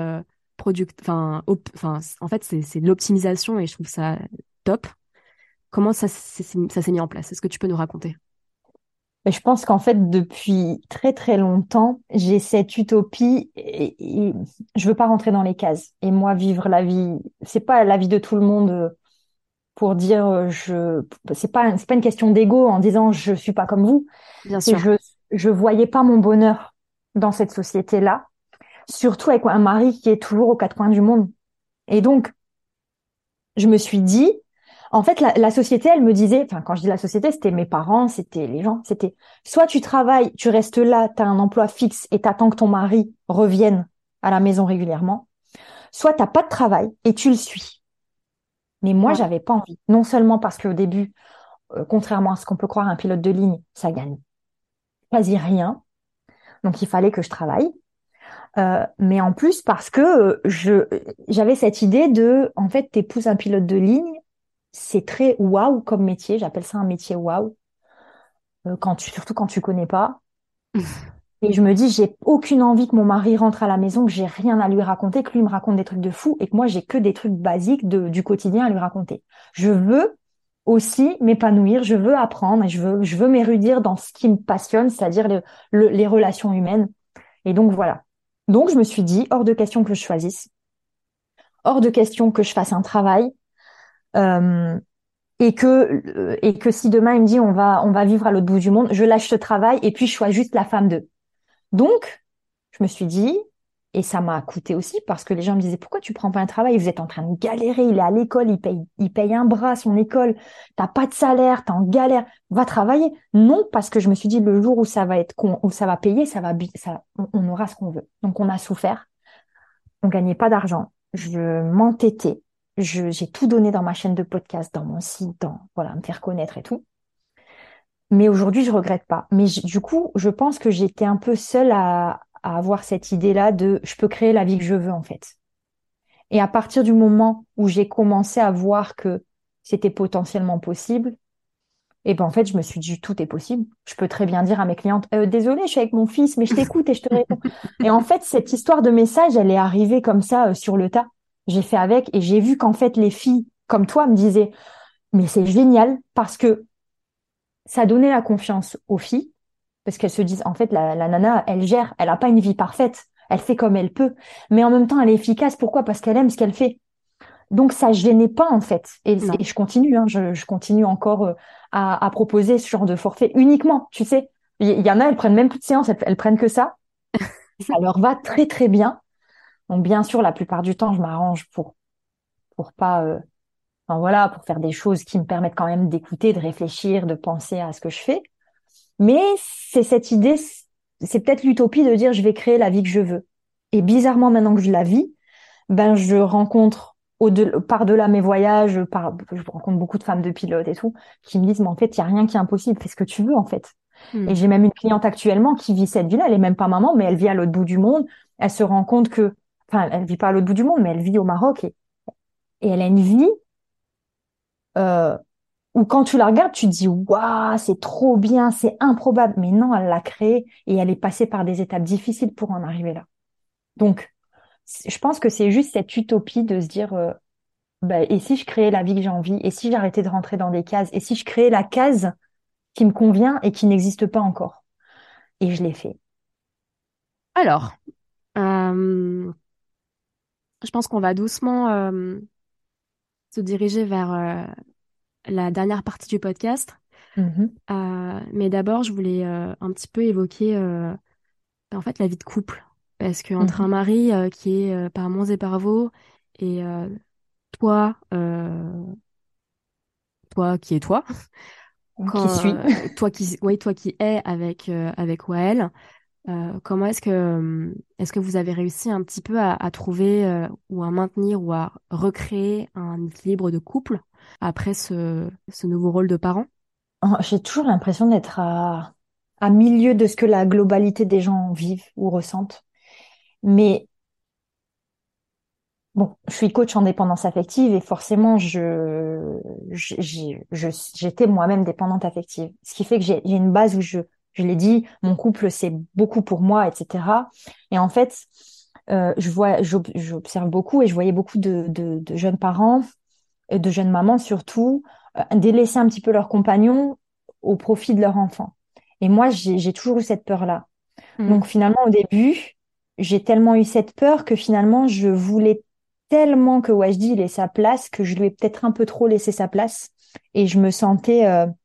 en fait c'est de l'optimisation et je trouve ça top. Comment ça s'est mis en place? Est-ce que tu peux nous raconter? Mais je pense qu'en fait, depuis très très longtemps, j'ai cette utopie et je veux pas rentrer dans les cases. Et moi, vivre la vie, c'est pas la vie de tout le monde pour dire c'est pas une question d'ego en disant je suis pas comme vous. Bien C'est sûr. je voyais pas mon bonheur dans cette société-là, surtout avec un mari qui est toujours aux quatre coins du monde. Et donc, je me suis dit, en fait, la société, elle me disait, enfin, quand je dis la société, c'était mes parents, c'était les gens, c'était soit tu travailles, tu restes là, tu as un emploi fixe et t'attends que ton mari revienne à la maison régulièrement, soit t'as pas de travail et tu le suis. Mais moi, Ouais. j'avais pas envie. Non seulement parce qu'au début, contrairement à ce qu'on peut croire, un pilote de ligne, ça gagne quasi rien. Donc, il fallait que je travaille. Mais en plus, parce que j'avais cette idée de, en fait, t'épouses un pilote de ligne, c'est très waouh comme métier. J'appelle ça un métier waouh. Surtout quand tu connais pas. Et je me dis, j'ai aucune envie que mon mari rentre à la maison, que j'ai rien à lui raconter, que lui me raconte des trucs de fou et que moi j'ai que des trucs basiques du quotidien à lui raconter. Je veux aussi m'épanouir, je veux apprendre et je veux m'érudir dans ce qui me passionne, c'est-à-dire les relations humaines. Et donc voilà. Donc je me suis dit, hors de question que je choisisse, hors de question que je fasse un travail Euh, et que si demain il me dit on va vivre à l'autre bout du monde, je lâche ce travail et puis je sois juste la femme d'eux. Donc, je me suis dit, et ça m'a coûté aussi parce que les gens me disaient pourquoi tu prends pas un travail? Vous êtes en train de galérer, il est à l'école, il paye un bras à son école, t'as pas de salaire, t'es en galère, va travailler. Non, parce que je me suis dit le jour où ça va être où ça va payer, on aura ce qu'on veut. Donc on a souffert, on gagnait pas d'argent, je m'entêtais, j'ai tout donné dans ma chaîne de podcast, dans mon site, voilà, me faire connaître et tout. Mais aujourd'hui, je regrette pas. Mais du coup, je pense que j'étais un peu seule à avoir cette idée-là de je peux créer la vie que je veux, en fait. Et à partir du moment où j'ai commencé à voir que c'était potentiellement possible, et ben en fait, je me suis dit tout est possible. Je peux très bien dire à mes clientes, désolée, je suis avec mon fils, mais je t'écoute et je te réponds. Et en fait, cette histoire de message, elle est arrivée comme ça, sur le tas. J'ai fait avec et j'ai vu qu'en fait, les filles comme toi me disaient, mais c'est génial parce que ça donnait la confiance aux filles parce qu'elles se disent, en fait, la nana, elle gère, elle n'a pas une vie parfaite, elle fait comme elle peut, mais en même temps, elle est efficace. Pourquoi? Parce qu'elle aime ce qu'elle fait. Donc, ça gênait pas, en fait. Et Non. je continue, hein, je continue encore à proposer ce genre de forfait uniquement, tu sais. Il y en a, elles prennent même plus de séances, elles prennent que ça. Ça leur va très, très bien. Donc, bien sûr, la plupart du temps, je m'arrange pour pas, enfin, voilà, pour faire des choses qui me permettent quand même d'écouter, de réfléchir, de penser à ce que je fais. Mais c'est cette idée, c'est peut-être l'utopie de dire je vais créer la vie que je veux. Et bizarrement, maintenant que je la vis, ben je rencontre par-delà mes voyages, je rencontre beaucoup de femmes de pilotes et tout, qui me disent mais en fait il y a rien qui est impossible, fais ce que tu veux en fait. Hmm. Et j'ai même une cliente actuellement qui vit cette vie-là, elle est même pas maman, mais elle vit à l'autre bout du monde. Elle se rend compte que, enfin, elle vit pas à l'autre bout du monde, mais elle vit au Maroc et elle a une vie. Euh, Ou quand tu la regardes, tu te dis, waouh, c'est trop bien, c'est improbable. Mais non, elle l'a créé et elle est passée par des étapes difficiles pour en arriver là. Donc, je pense que c'est juste cette utopie de se dire, bah, et si je créais la vie que j'ai envie, et si j'arrêtais de rentrer dans des cases, et si je créais la case qui me convient et qui n'existe pas encore. Et je l'ai fait. Alors, euh, je pense qu'on va doucement se diriger vers la dernière partie du podcast. Mhm, Mais d'abord, je voulais un petit peu évoquer en fait la vie de couple. Parce qu'entre un mhm. mari qui est par Monts et par Vaux et toi, toi qui es toi, Qui quand, suis. toi qui es avec Wael, comment est-ce que vous avez réussi un petit peu à trouver ou à maintenir ou à recréer un équilibre de couple après ce nouveau rôle de parent? Oh, j'ai toujours l'impression d'être à milieu de ce que la globalité des gens vivent ou ressentent. Mais bon, je suis coach en dépendance affective et forcément, j'étais moi-même dépendante affective. Ce qui fait que j'ai une base où je l'ai dit, mon couple, c'est beaucoup pour moi, etc. Et en fait, j'observe beaucoup et je voyais beaucoup de jeunes parents, et de jeunes mamans surtout, délaisser un petit peu leurs compagnons au profit de leur enfant. Et moi, j'ai toujours eu cette peur-là. Mm. Donc finalement, au début, j'ai tellement eu cette peur que finalement, je voulais tellement que Wajdi il ait sa place que je lui ai peut-être un peu trop laissé sa place et je me sentais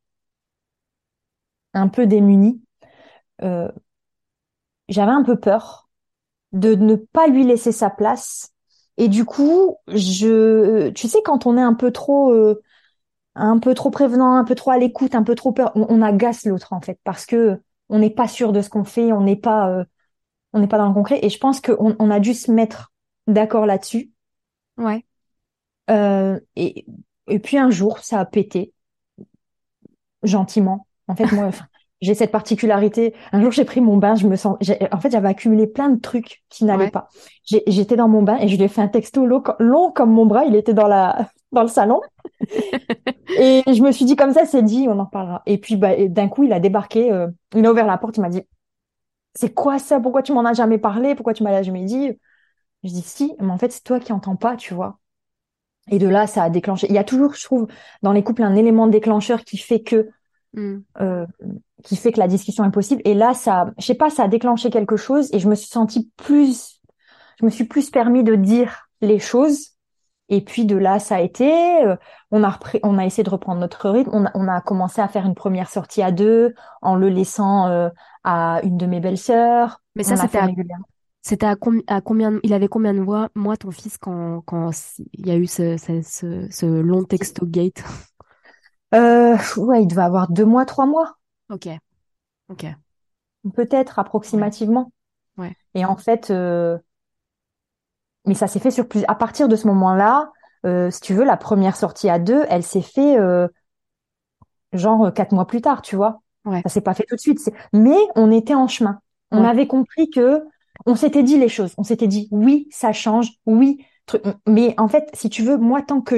un peu démunie. Euh, J'avais un peu peur de ne pas lui laisser sa place. Et du coup, tu sais, quand on est un peu trop prévenant, un peu trop à l'écoute, un peu trop peur, on agace l'autre en fait parce que on n'est pas sûr de ce qu'on fait, on n'est pas dans le concret. Et je pense qu'on a dû se mettre d'accord là-dessus. Ouais. Euh, et, et puis un jour, ça a pété gentiment. En fait, moi, enfin, j'ai cette particularité. Un jour, j'ai pris mon bain, en fait, j'avais accumulé plein de trucs qui n'allaient Ouais. pas. J'étais dans mon bain et je lui ai fait un texto long comme mon bras. Il était dans le salon. Et je me suis dit, comme ça, c'est dit, on en parlera. Et puis, bah, et d'un coup, il a débarqué, il a ouvert la porte, il m'a dit, c'est quoi ça? Pourquoi tu m'en as jamais parlé? Pourquoi tu m'as jamais dit? Je dis, si, mais en fait, c'est toi qui entends pas, tu vois. Et de là, ça a déclenché. Il y a toujours, je trouve, dans les couples, un élément déclencheur Mm. euh, qui fait que la discussion est possible. Et là, je sais pas, ça a déclenché quelque chose et je me suis plus permis de dire les choses Et puis de là, ça a été, on a essayé de reprendre notre rythme. On a commencé à faire une première sortie à deux en le laissant à une de mes belles-sœurs. Mais ça, On l'a fait régulièrement. c'était à combien, il avait combien de mois, ton fils, quand il y a eu ce long texto gate? Ouais, il devait avoir 2 mois, 3 mois, Ok, ok, peut-être ouais, approximativement. ouais, Et en fait, mais ça s'est fait sur plus. À partir de ce moment-là, si tu veux, la première sortie à deux, elle s'est fait genre 4 mois plus tard, tu vois. ouais, Ça s'est pas fait tout de suite. Mais on était en chemin. On ouais, avait compris que on s'était dit les choses. On s'était dit oui, ça change, oui. Mais en fait, si tu veux, moi,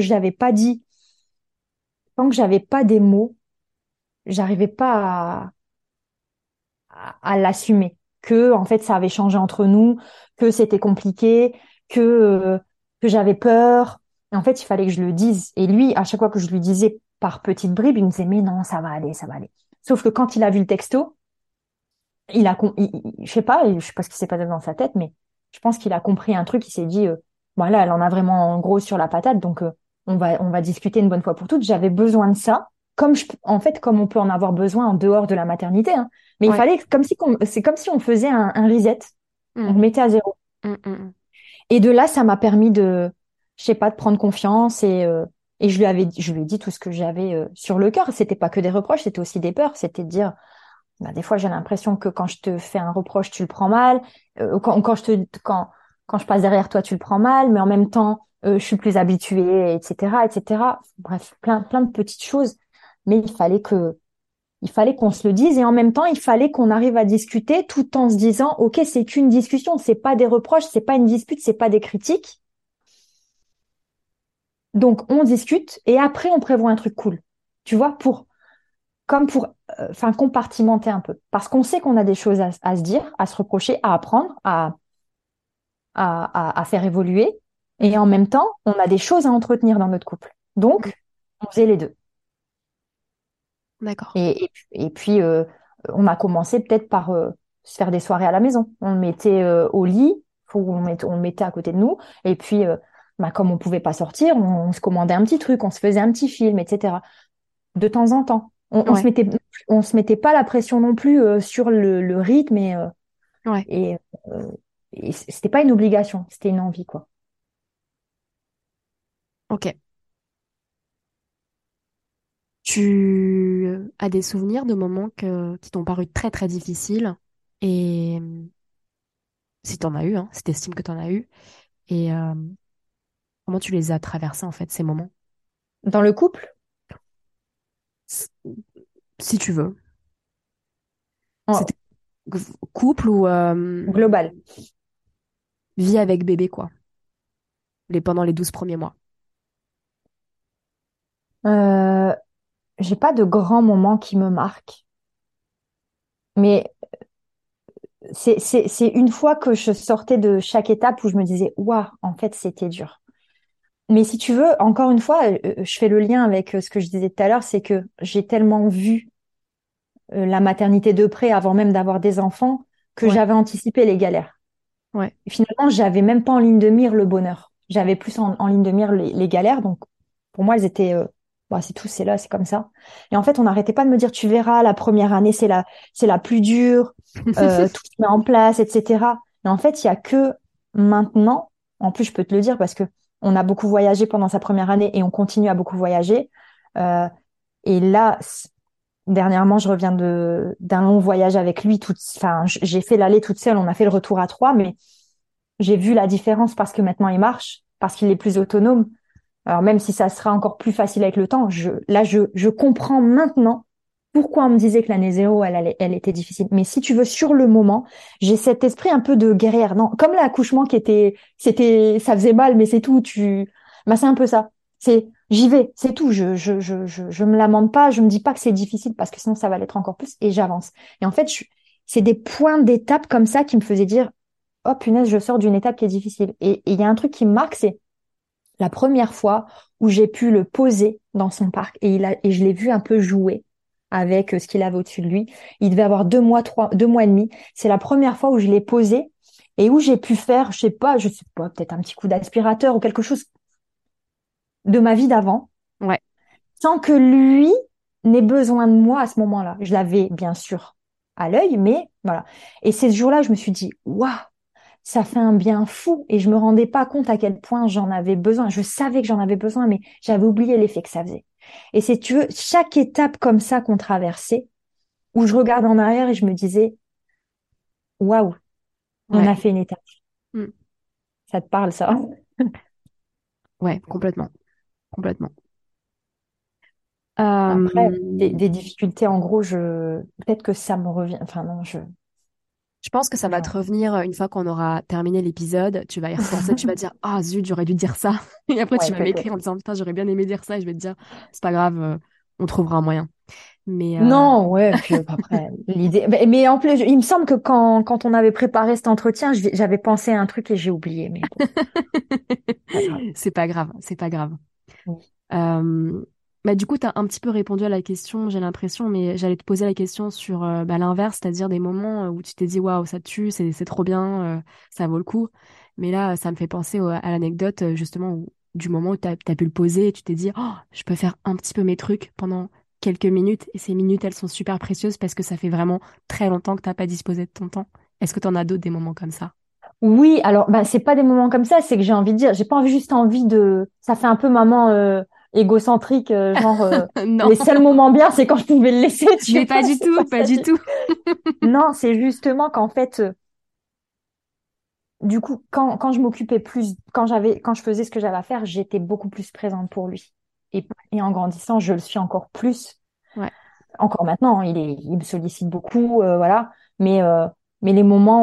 tant que j'avais pas des mots, j'arrivais pas à l'assumer. Que en fait, ça avait changé entre nous, que c'était compliqué, que euh, que j'avais peur. Et en fait, il fallait que je le dise. Et lui, à chaque fois que je lui disais par petites bribes, il me disait mais non, ça va aller, ça va aller. Sauf que quand il a vu le texto, je sais pas ce qui s'est passé dans sa tête, mais je pense qu'il a compris un truc. Il s'est dit, voilà, elle en a vraiment en gros sur la patate, donc on va discuter une bonne fois pour toutes. J'avais besoin de ça, en fait, comme on peut en avoir besoin en dehors de la maternité, hein. Mais il ouais. fallait, c'est comme si on faisait un reset, on Mm, remettait à zéro. mm, mm. Et de là, ça m'a permis je sais pas, de prendre confiance et je lui ai dit tout ce que j'avais sur le cœur. C'était pas que des reproches, c'était aussi des peurs. C'était de dire bah, des fois, j'ai l'impression que quand je te fais un reproche, tu le prends mal. Quand je passe derrière toi, tu le prends mal. Mais en même temps, je suis plus habituée, etc., etc. Bref, plein de petites choses. Mais il fallait qu'on se le dise et en même temps, il fallait qu'on arrive à discuter tout en se disant, OK, c'est qu'une discussion, c'est pas des reproches, c'est pas une dispute, c'est pas des critiques. Donc, on discute et après, on prévoit un truc cool. Tu vois, comme pour enfin compartimenter un peu parce qu'on sait qu'on a des choses à se dire, à se reprocher, à apprendre, à faire évoluer et Mhm. en même temps on a des choses à entretenir dans notre couple, Mm. donc on faisait les deux D'accord. et puis on a commencé peut-être par se faire des soirées à la maison, on le mettait au lit, on le mettait à côté de nous et puis bah, comme on pouvait pas sortir on se commandait un petit truc, on se faisait un petit film, etc. De temps en temps. Ouais, On se mettait pas la pression non plus sur le rythme ouais, et, euh, et c'était pas une obligation, c'était une envie, quoi. ok. Tu as des souvenirs de moments qui t'ont paru très très difficiles et si t'en as eu, hein, si t'estimes que t'en as eu, et comment tu les as traversés en fait ces moments? Dans le couple, S- Si tu veux. en- C'était couple ou global, vie avec bébé quoi, pendant les 12 premiers mois. euh, j'ai pas de grands moments qui me marquent, mais c'est une fois que je sortais de chaque étape où je me disais, waouh, en fait, c'était dur. Mais si tu veux, encore une fois, je fais le lien avec ce que je disais tout à l'heure, c'est que j'ai tellement vu la maternité de près avant même d'avoir des enfants que Ouais, j'avais anticipé les galères. ouais, Et finalement, j'avais même pas en ligne de mire le bonheur. J'avais plus en ligne de mire les galères. Donc, pour moi, elles étaient, bah, c'est tout, c'est là, c'est comme ça. Et en fait, on n'arrêtait pas de me dire, tu verras, la première année, c'est la plus dure, tout se met en place, etc. Et en fait, il y a que maintenant, en plus, je peux te le dire parce que on a beaucoup voyagé pendant sa première année et on continue à beaucoup voyager. Euh, et là, dernièrement, je reviens d'un long voyage avec lui. Enfin, j'ai fait l'aller toute seule. On a fait le retour à trois, mais j'ai vu la différence parce que maintenant il marche, parce qu'il est plus autonome. Alors même si ça sera encore plus facile avec le temps, je comprends maintenant pourquoi on me disait que l'année zéro, elle était difficile. Mais si tu veux, sur le moment, j'ai cet esprit un peu de guerrière. Non, comme l'accouchement ça faisait mal, mais c'est tout. Bah, c'est un peu ça. J'y vais, c'est tout. Je me lamente pas, je me dis pas que c'est difficile parce que sinon ça va l'être encore plus et j'avance. Et en fait, c'est des points d'étape comme ça qui me faisaient dire, oh punaise, je sors d'une étape qui est difficile. Et il y a un truc qui me marque, c'est la première fois où j'ai pu le poser dans son parc et je l'ai vu un peu jouer avec ce qu'il avait au-dessus de lui. Il devait avoir 2 mois et demi. C'est la première fois où je l'ai posé et où j'ai pu faire, je sais pas, peut-être un petit coup d'aspirateur ou quelque chose de ma vie d'avant, Ouais. sans que lui n'ait besoin de moi à ce moment-là. Je l'avais bien sûr à l'œil, mais voilà. Et c'est ce jour-là, je me suis dit, waouh, ça fait un bien fou. Et je me rendais pas compte à quel point j'en avais besoin. Je savais que j'en avais besoin, mais j'avais oublié l'effet que ça faisait. Et si tu veux, chaque étape comme ça qu'on traversait, où je regarde en arrière et je me disais, waouh, on Ouais. a fait une étape. Mm. Ça te parle, ça? Ouais, complètement. Complètement. Après, Euh, des difficultés, en gros, peut-être que ça me revient. Enfin, non, je pense que ça va te non. revenir une fois qu'on aura terminé l'épisode. Tu vas y repenser, tu vas dire, ah zut, j'aurais dû dire ça. Et après, tu Ouais, vas m'écrire en peut-être. disant, putain, j'aurais bien aimé dire ça. Et je vais te dire, c'est pas grave, on trouvera un moyen. Mais Non, ouais, puis après, l'idée. Mais en plus, il me semble que quand on avait préparé cet entretien, j'avais pensé à un truc et j'ai oublié, mais bon, pas grave. c'est pas grave, c'est pas grave. Oui. Euh, Bah, du coup, tu as un petit peu répondu à la question, j'ai l'impression, mais j'allais te poser la question sur bah, l'inverse, c'est-à-dire des moments où tu t'es dit, waouh, ça tue, c'est trop bien, ça vaut le coup. Mais là, ça me fait penser à l'anecdote, justement, du moment où tu as pu le poser et tu t'es dit, oh, je peux faire un petit peu mes trucs pendant quelques minutes. Et ces minutes, elles sont super précieuses parce que ça fait vraiment très longtemps que tu n'as pas disposé de ton temps. Est-ce que tu en as d'autres, des moments comme ça? Oui, alors, bah, c'est pas des moments comme ça, c'est que j'ai envie de dire, j'ai pas envie, juste envie de. Ça fait un peu maman égocentrique, genre, Non, les seuls moments bien, c'est quand je pouvais le laisser, tu mais pas vois, du c'est pas tout, pas ça. du tout. Non, c'est justement qu'en fait, du coup, quand je m'occupais plus, quand je faisais ce que j'avais à faire, j'étais beaucoup plus présente pour lui. Et en grandissant, je le suis encore plus. Ouais, Encore maintenant, hein, il me sollicite beaucoup, voilà. Mais, euh, mais les moments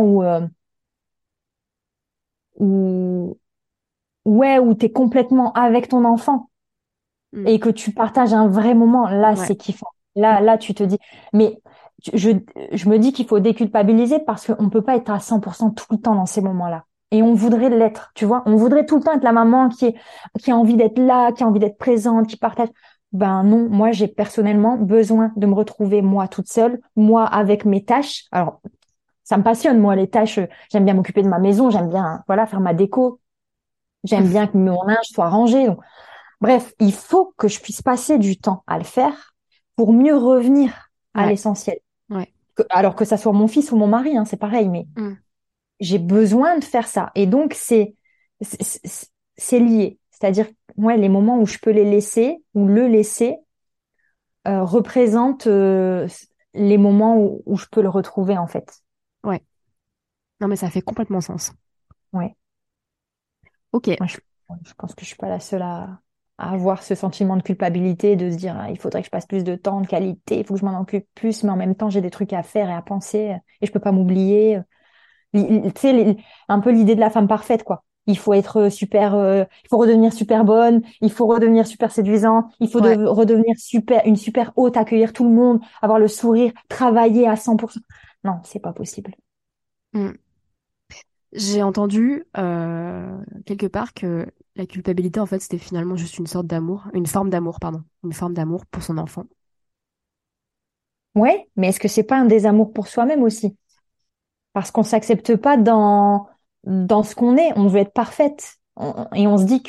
où, ouais, où t'es complètement avec ton enfant mm, et que tu partages un vrai moment, là, ouais, c'est kiffant. Là, tu te dis, mais je, je me dis qu'il faut déculpabiliser parce qu'on peut pas être à 100% tout le temps dans ces moments-là. Et on voudrait l'être, tu vois. On voudrait tout le temps être la maman qui a envie d'être là, qui a envie d'être présente, qui partage. Ben non, moi, j'ai personnellement besoin de me retrouver moi toute seule, moi avec mes tâches. Alors, ça me passionne, moi, les tâches. J'aime bien m'occuper de ma maison, j'aime bien, voilà, faire ma déco. J'aime bien que mon linge soit rangé. Donc, bref, il faut que je puisse passer du temps à le faire pour mieux revenir à ouais, l'essentiel. ouais. Alors que ça soit mon fils ou mon mari, hein, c'est pareil, mais Mm. j'ai besoin de faire ça. Et donc, c'est lié. C'est-à-dire, ouais, les moments où je peux les laisser ou le laisser représentent les moments où je peux le retrouver, en fait. Ouais. Non, mais ça fait complètement sens. Ouais. Ok. Moi, je pense que je suis pas la seule à avoir ce sentiment de culpabilité, de se dire, ah, il faudrait que je passe plus de temps de qualité, il faut que je m'en occupe plus, mais en même temps, j'ai des trucs à faire et à penser, et je peux pas m'oublier. Tu sais, un peu l'idée de la femme parfaite, quoi. Il faut être super, il faut redevenir super bonne, il faut redevenir super séduisant, il faut Ouais. redevenir une super hôte, accueillir tout le monde, avoir le sourire, travailler à 100%. Non, c'est pas possible. Mm. J'ai entendu quelque part que la culpabilité, en fait, c'était finalement juste une sorte d'amour, une forme d'amour, pardon, une forme d'amour pour son enfant. Ouais, mais est-ce que c'est pas un désamour pour soi-même aussi? Parce qu'on s'accepte pas dans ce qu'on est. On veut être parfaite. Et on se dit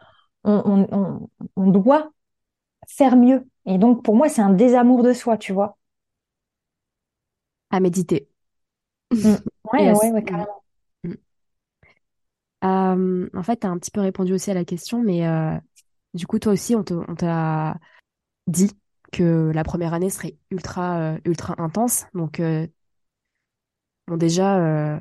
on doit faire mieux. Et donc, pour moi, c'est un désamour de soi, tu vois. À méditer. Mm. Et Ouais, ouais, ouais, carrément. Mm. En fait, tu as un petit peu répondu aussi à la question, mais du coup, toi aussi, on t'a dit que la première année serait ultra intense. Donc, bon, déjà,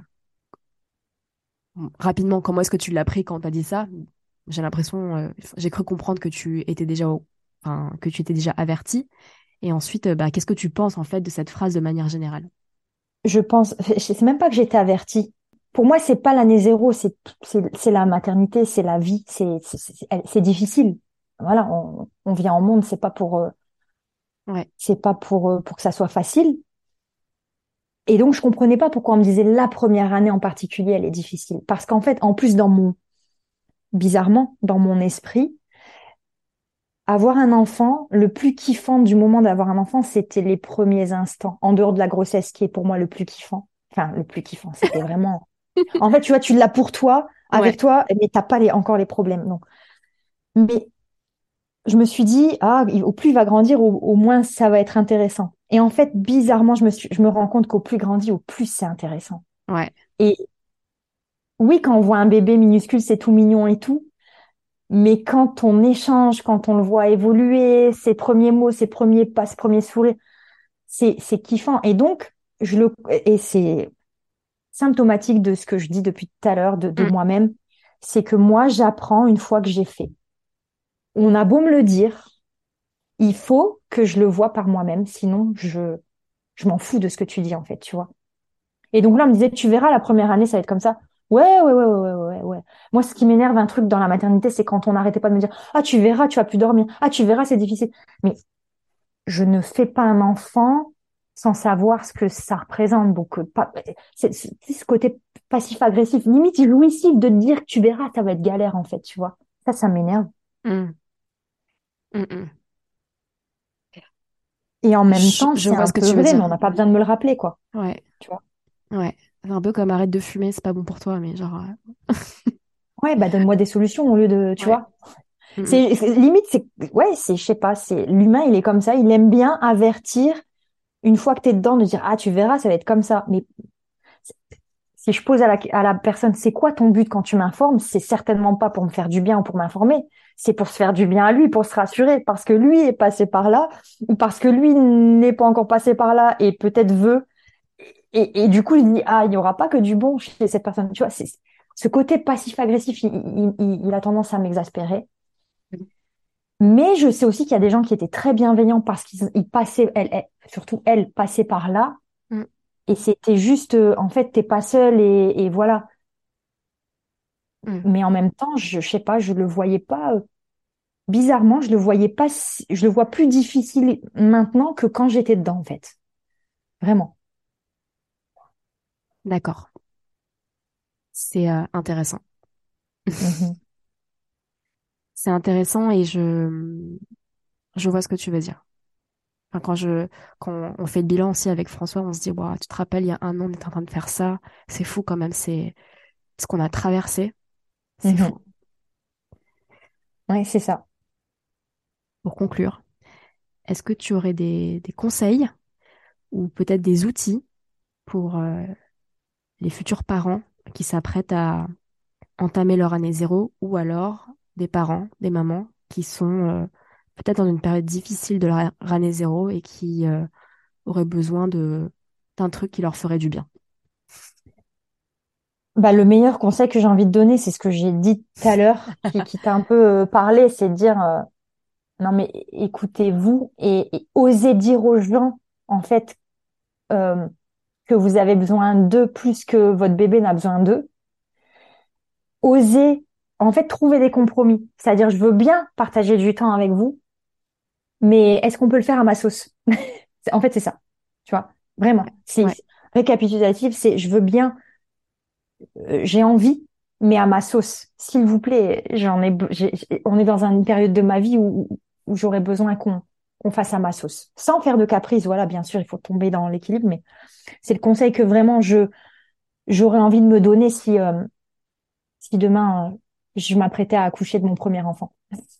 rapidement, comment est-ce que tu l'as pris quand t'as dit ça? J'ai l'impression, j'ai cru comprendre que tu étais déjà, enfin, que tu étais déjà averti. Et ensuite, bah, qu'est-ce que tu penses en fait de cette phrase de manière générale? Je pense, c'est même pas que j'étais avertie. Pour moi, c'est pas l'année zéro, c'est la maternité, c'est la vie, c'est difficile. Voilà, on vient au monde, Ouais, c'est pas pour que ça soit facile. Et donc, je comprenais pas pourquoi on me disait la première année en particulier, elle est difficile. Parce qu'en fait, en plus, bizarrement, dans mon esprit, avoir un enfant, le plus kiffant du moment d'avoir un enfant, c'était les premiers instants, en dehors de la grossesse, qui est pour moi le plus kiffant. Enfin, le plus kiffant, c'était vraiment. En fait, tu vois, tu l'as pour toi, avec ouais, toi, mais t'as pas encore les problèmes. Non. Mais je me suis dit, au plus il va grandir, au moins ça va être intéressant. Et en fait, bizarrement, je me rends compte qu'au plus il grandit, au plus c'est intéressant. Ouais. Et oui, quand on voit un bébé minuscule, c'est tout mignon et tout. Mais quand on échange, quand on le voit évoluer, ses premiers mots, ses premiers pas, ses premiers sourires, c'est kiffant. Et donc, et c'est symptomatique de ce que je dis depuis tout à l'heure de Mm. moi-même, c'est que moi, j'apprends une fois que j'ai fait. On a beau me le dire, il faut que je le vois par moi-même, sinon je m'en fous de ce que tu dis en fait, tu vois. Et donc là, on me disait, tu verras, la première année, ça va être comme ça. Ouais, ouais, ouais, ouais, ouais, ouais, ouais. Moi, ce qui m'énerve un truc dans la maternité, c'est quand on n'arrêtait pas de me dire, ah, tu verras, tu vas plus dormir. Ah, tu verras, c'est difficile. Mais je ne fais pas un enfant sans savoir ce que ça représente. Donc, c'est ce côté passif-agressif, limite jouissif de te dire que tu verras, ça va être galère, en fait, tu vois. Ça m'énerve. Mm. Mm, mm. Et en même temps, Je c'est vois un ce que peu tu veux vrai, mais dire. on n'a pas besoin de me le rappeler, quoi. Ouais, Tu vois. ouais. C'est un peu comme arrête de fumer, c'est pas bon pour toi, mais genre. Ouais, bah, donne-moi des solutions au lieu de, tu Ouais. vois. Mm, mm. Limite, ouais, je sais pas, l'humain, il est comme ça, il aime bien avertir une fois que t'es dedans de dire, ah, tu verras, ça va être comme ça. Mais si je pose à la personne, c'est quoi ton but quand tu m'informes? C'est certainement pas pour me faire du bien ou pour m'informer. C'est pour se faire du bien à lui, pour se rassurer, parce que lui est passé par là, ou parce que lui n'est pas encore passé par là et peut-être veut. Et du coup, il dit, ah, il n'y aura pas que du bon chez cette personne. Tu vois, ce côté passif-agressif, il a tendance à m'exaspérer. Mais je sais aussi qu'il y a des gens qui étaient très bienveillants parce qu'ils passaient, surtout elle, passaient par là. Mm. Et c'était juste, en fait, t'es pas seul et voilà. Mm. Mais en même temps, je sais pas, je le voyais pas, bizarrement, je le voyais pas, je le vois plus difficile maintenant que quand j'étais dedans, en fait. Vraiment. D'accord. C'est intéressant. Mhm. C'est intéressant et je vois ce que tu veux dire. Enfin, quand on fait le bilan aussi avec François, on se dit, Ouah, tu te rappelles, il y a un an, on était en train de faire ça. C'est fou quand même, c'est ce qu'on a traversé. C'est Mhm. fou. Ouais, c'est ça. Pour conclure, est-ce que tu aurais des conseils ou peut-être des outils pour les futurs parents qui s'apprêtent à entamer leur année zéro ou alors des parents, des mamans qui sont peut-être dans une période difficile de leur année zéro et qui auraient besoin d'un truc qui leur ferait du bien? Bah, le meilleur conseil que j'ai envie de donner, c'est ce que j'ai dit tout à l'heure, qui t'a un peu parlé, c'est de dire, non mais écoutez-vous et osez dire aux gens, en fait, euh, que vous avez besoin d'eux plus que votre bébé n'a besoin d'eux. Osez, en fait, trouver des compromis. C'est-à-dire, je veux bien partager du temps avec vous, mais est-ce qu'on peut le faire à ma sauce? En fait, c'est ça. Tu vois, Ouais, vraiment. C'est ouais, récapitulatif, c'est je veux bien, j'ai envie, mais à ma sauce. S'il vous plaît, on est dans une période de ma vie où j'aurais besoin qu'on fasse à ma sauce. Sans faire de caprice, voilà, bien sûr, il faut tomber dans l'équilibre, mais c'est le conseil que vraiment j'aurais envie de me donner si demain je m'apprêtais à accoucher de mon premier enfant.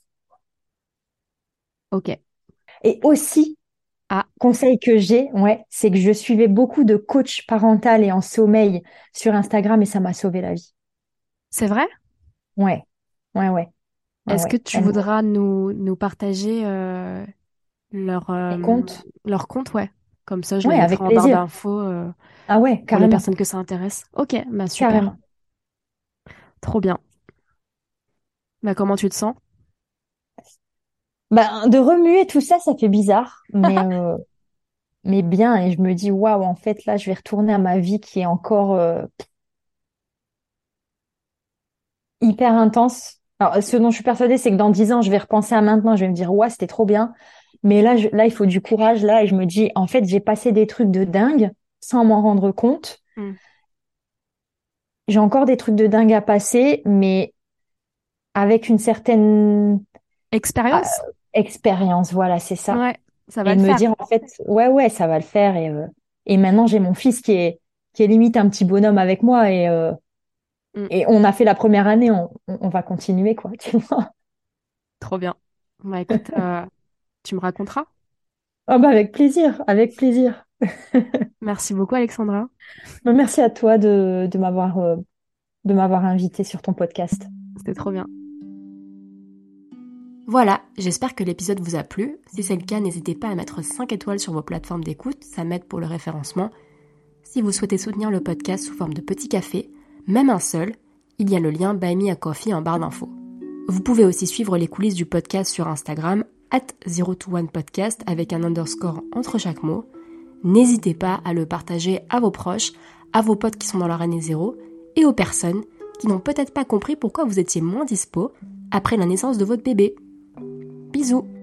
ok. Et aussi, Ah, conseil que j'ai, ouais, c'est que je suivais beaucoup de coachs parental et en sommeil sur Instagram et ça m'a sauvé la vie. c'est vrai? Ouais, ouais, ouais, ouais, Est-ce que ouais. tu voudras nous partager leur, Les comptes? leur compte? Ouais. Comme ça, je le Ouais, mettrai avec en barre plaisir. d'infos Ah ouais, pour les carrément, personnes que ça intéresse. Ok, bah super. carrément. Trop bien. Bah comment tu te sens? Ben, de remuer tout ça, ça fait bizarre, mais bien. Et je me dis, waouh, en fait, là, je vais retourner à ma vie qui est encore hyper intense. Alors, ce dont je suis persuadée, c'est que dans 10 ans, je vais repenser à maintenant, je vais me dire, ouais, c'était trop bien. Mais là, là, il faut du courage, là, et je me dis, en fait, j'ai passé des trucs de dingue sans m'en rendre compte. Hmm. J'ai encore des trucs de dingue à passer, mais avec une certaine ah, Expérience? expérience, voilà, c'est ça. Ouais, ça va Et le de me faire. dire, en fait, ouais, ouais, ça va le faire. Et maintenant, j'ai mon fils qui est limite un petit bonhomme avec moi, Hmm. et on a fait la première année, on va continuer, quoi, tu vois. Trop bien. Bah écoute, tu me raconteras. Ah bah avec plaisir, avec plaisir. Merci beaucoup, Alexandra. Bah, merci à toi de m'avoir invité sur ton podcast. C'était trop bien. Voilà, j'espère que l'épisode vous a plu. Si c'est le cas, n'hésitez pas à mettre 5 étoiles sur vos plateformes d'écoute, ça m'aide pour le référencement. Si vous souhaitez soutenir le podcast sous forme de petit café, même un seul, il y a le lien Buy Me a Coffee en barre d'infos. Vous pouvez aussi suivre les coulisses du podcast sur Instagram, @021podcast avec un underscore entre chaque mot. N'hésitez pas à le partager à vos proches, à vos potes qui sont dans leur année zéro, et aux personnes qui n'ont peut-être pas compris pourquoi vous étiez moins dispo après la naissance de votre bébé. Bisous!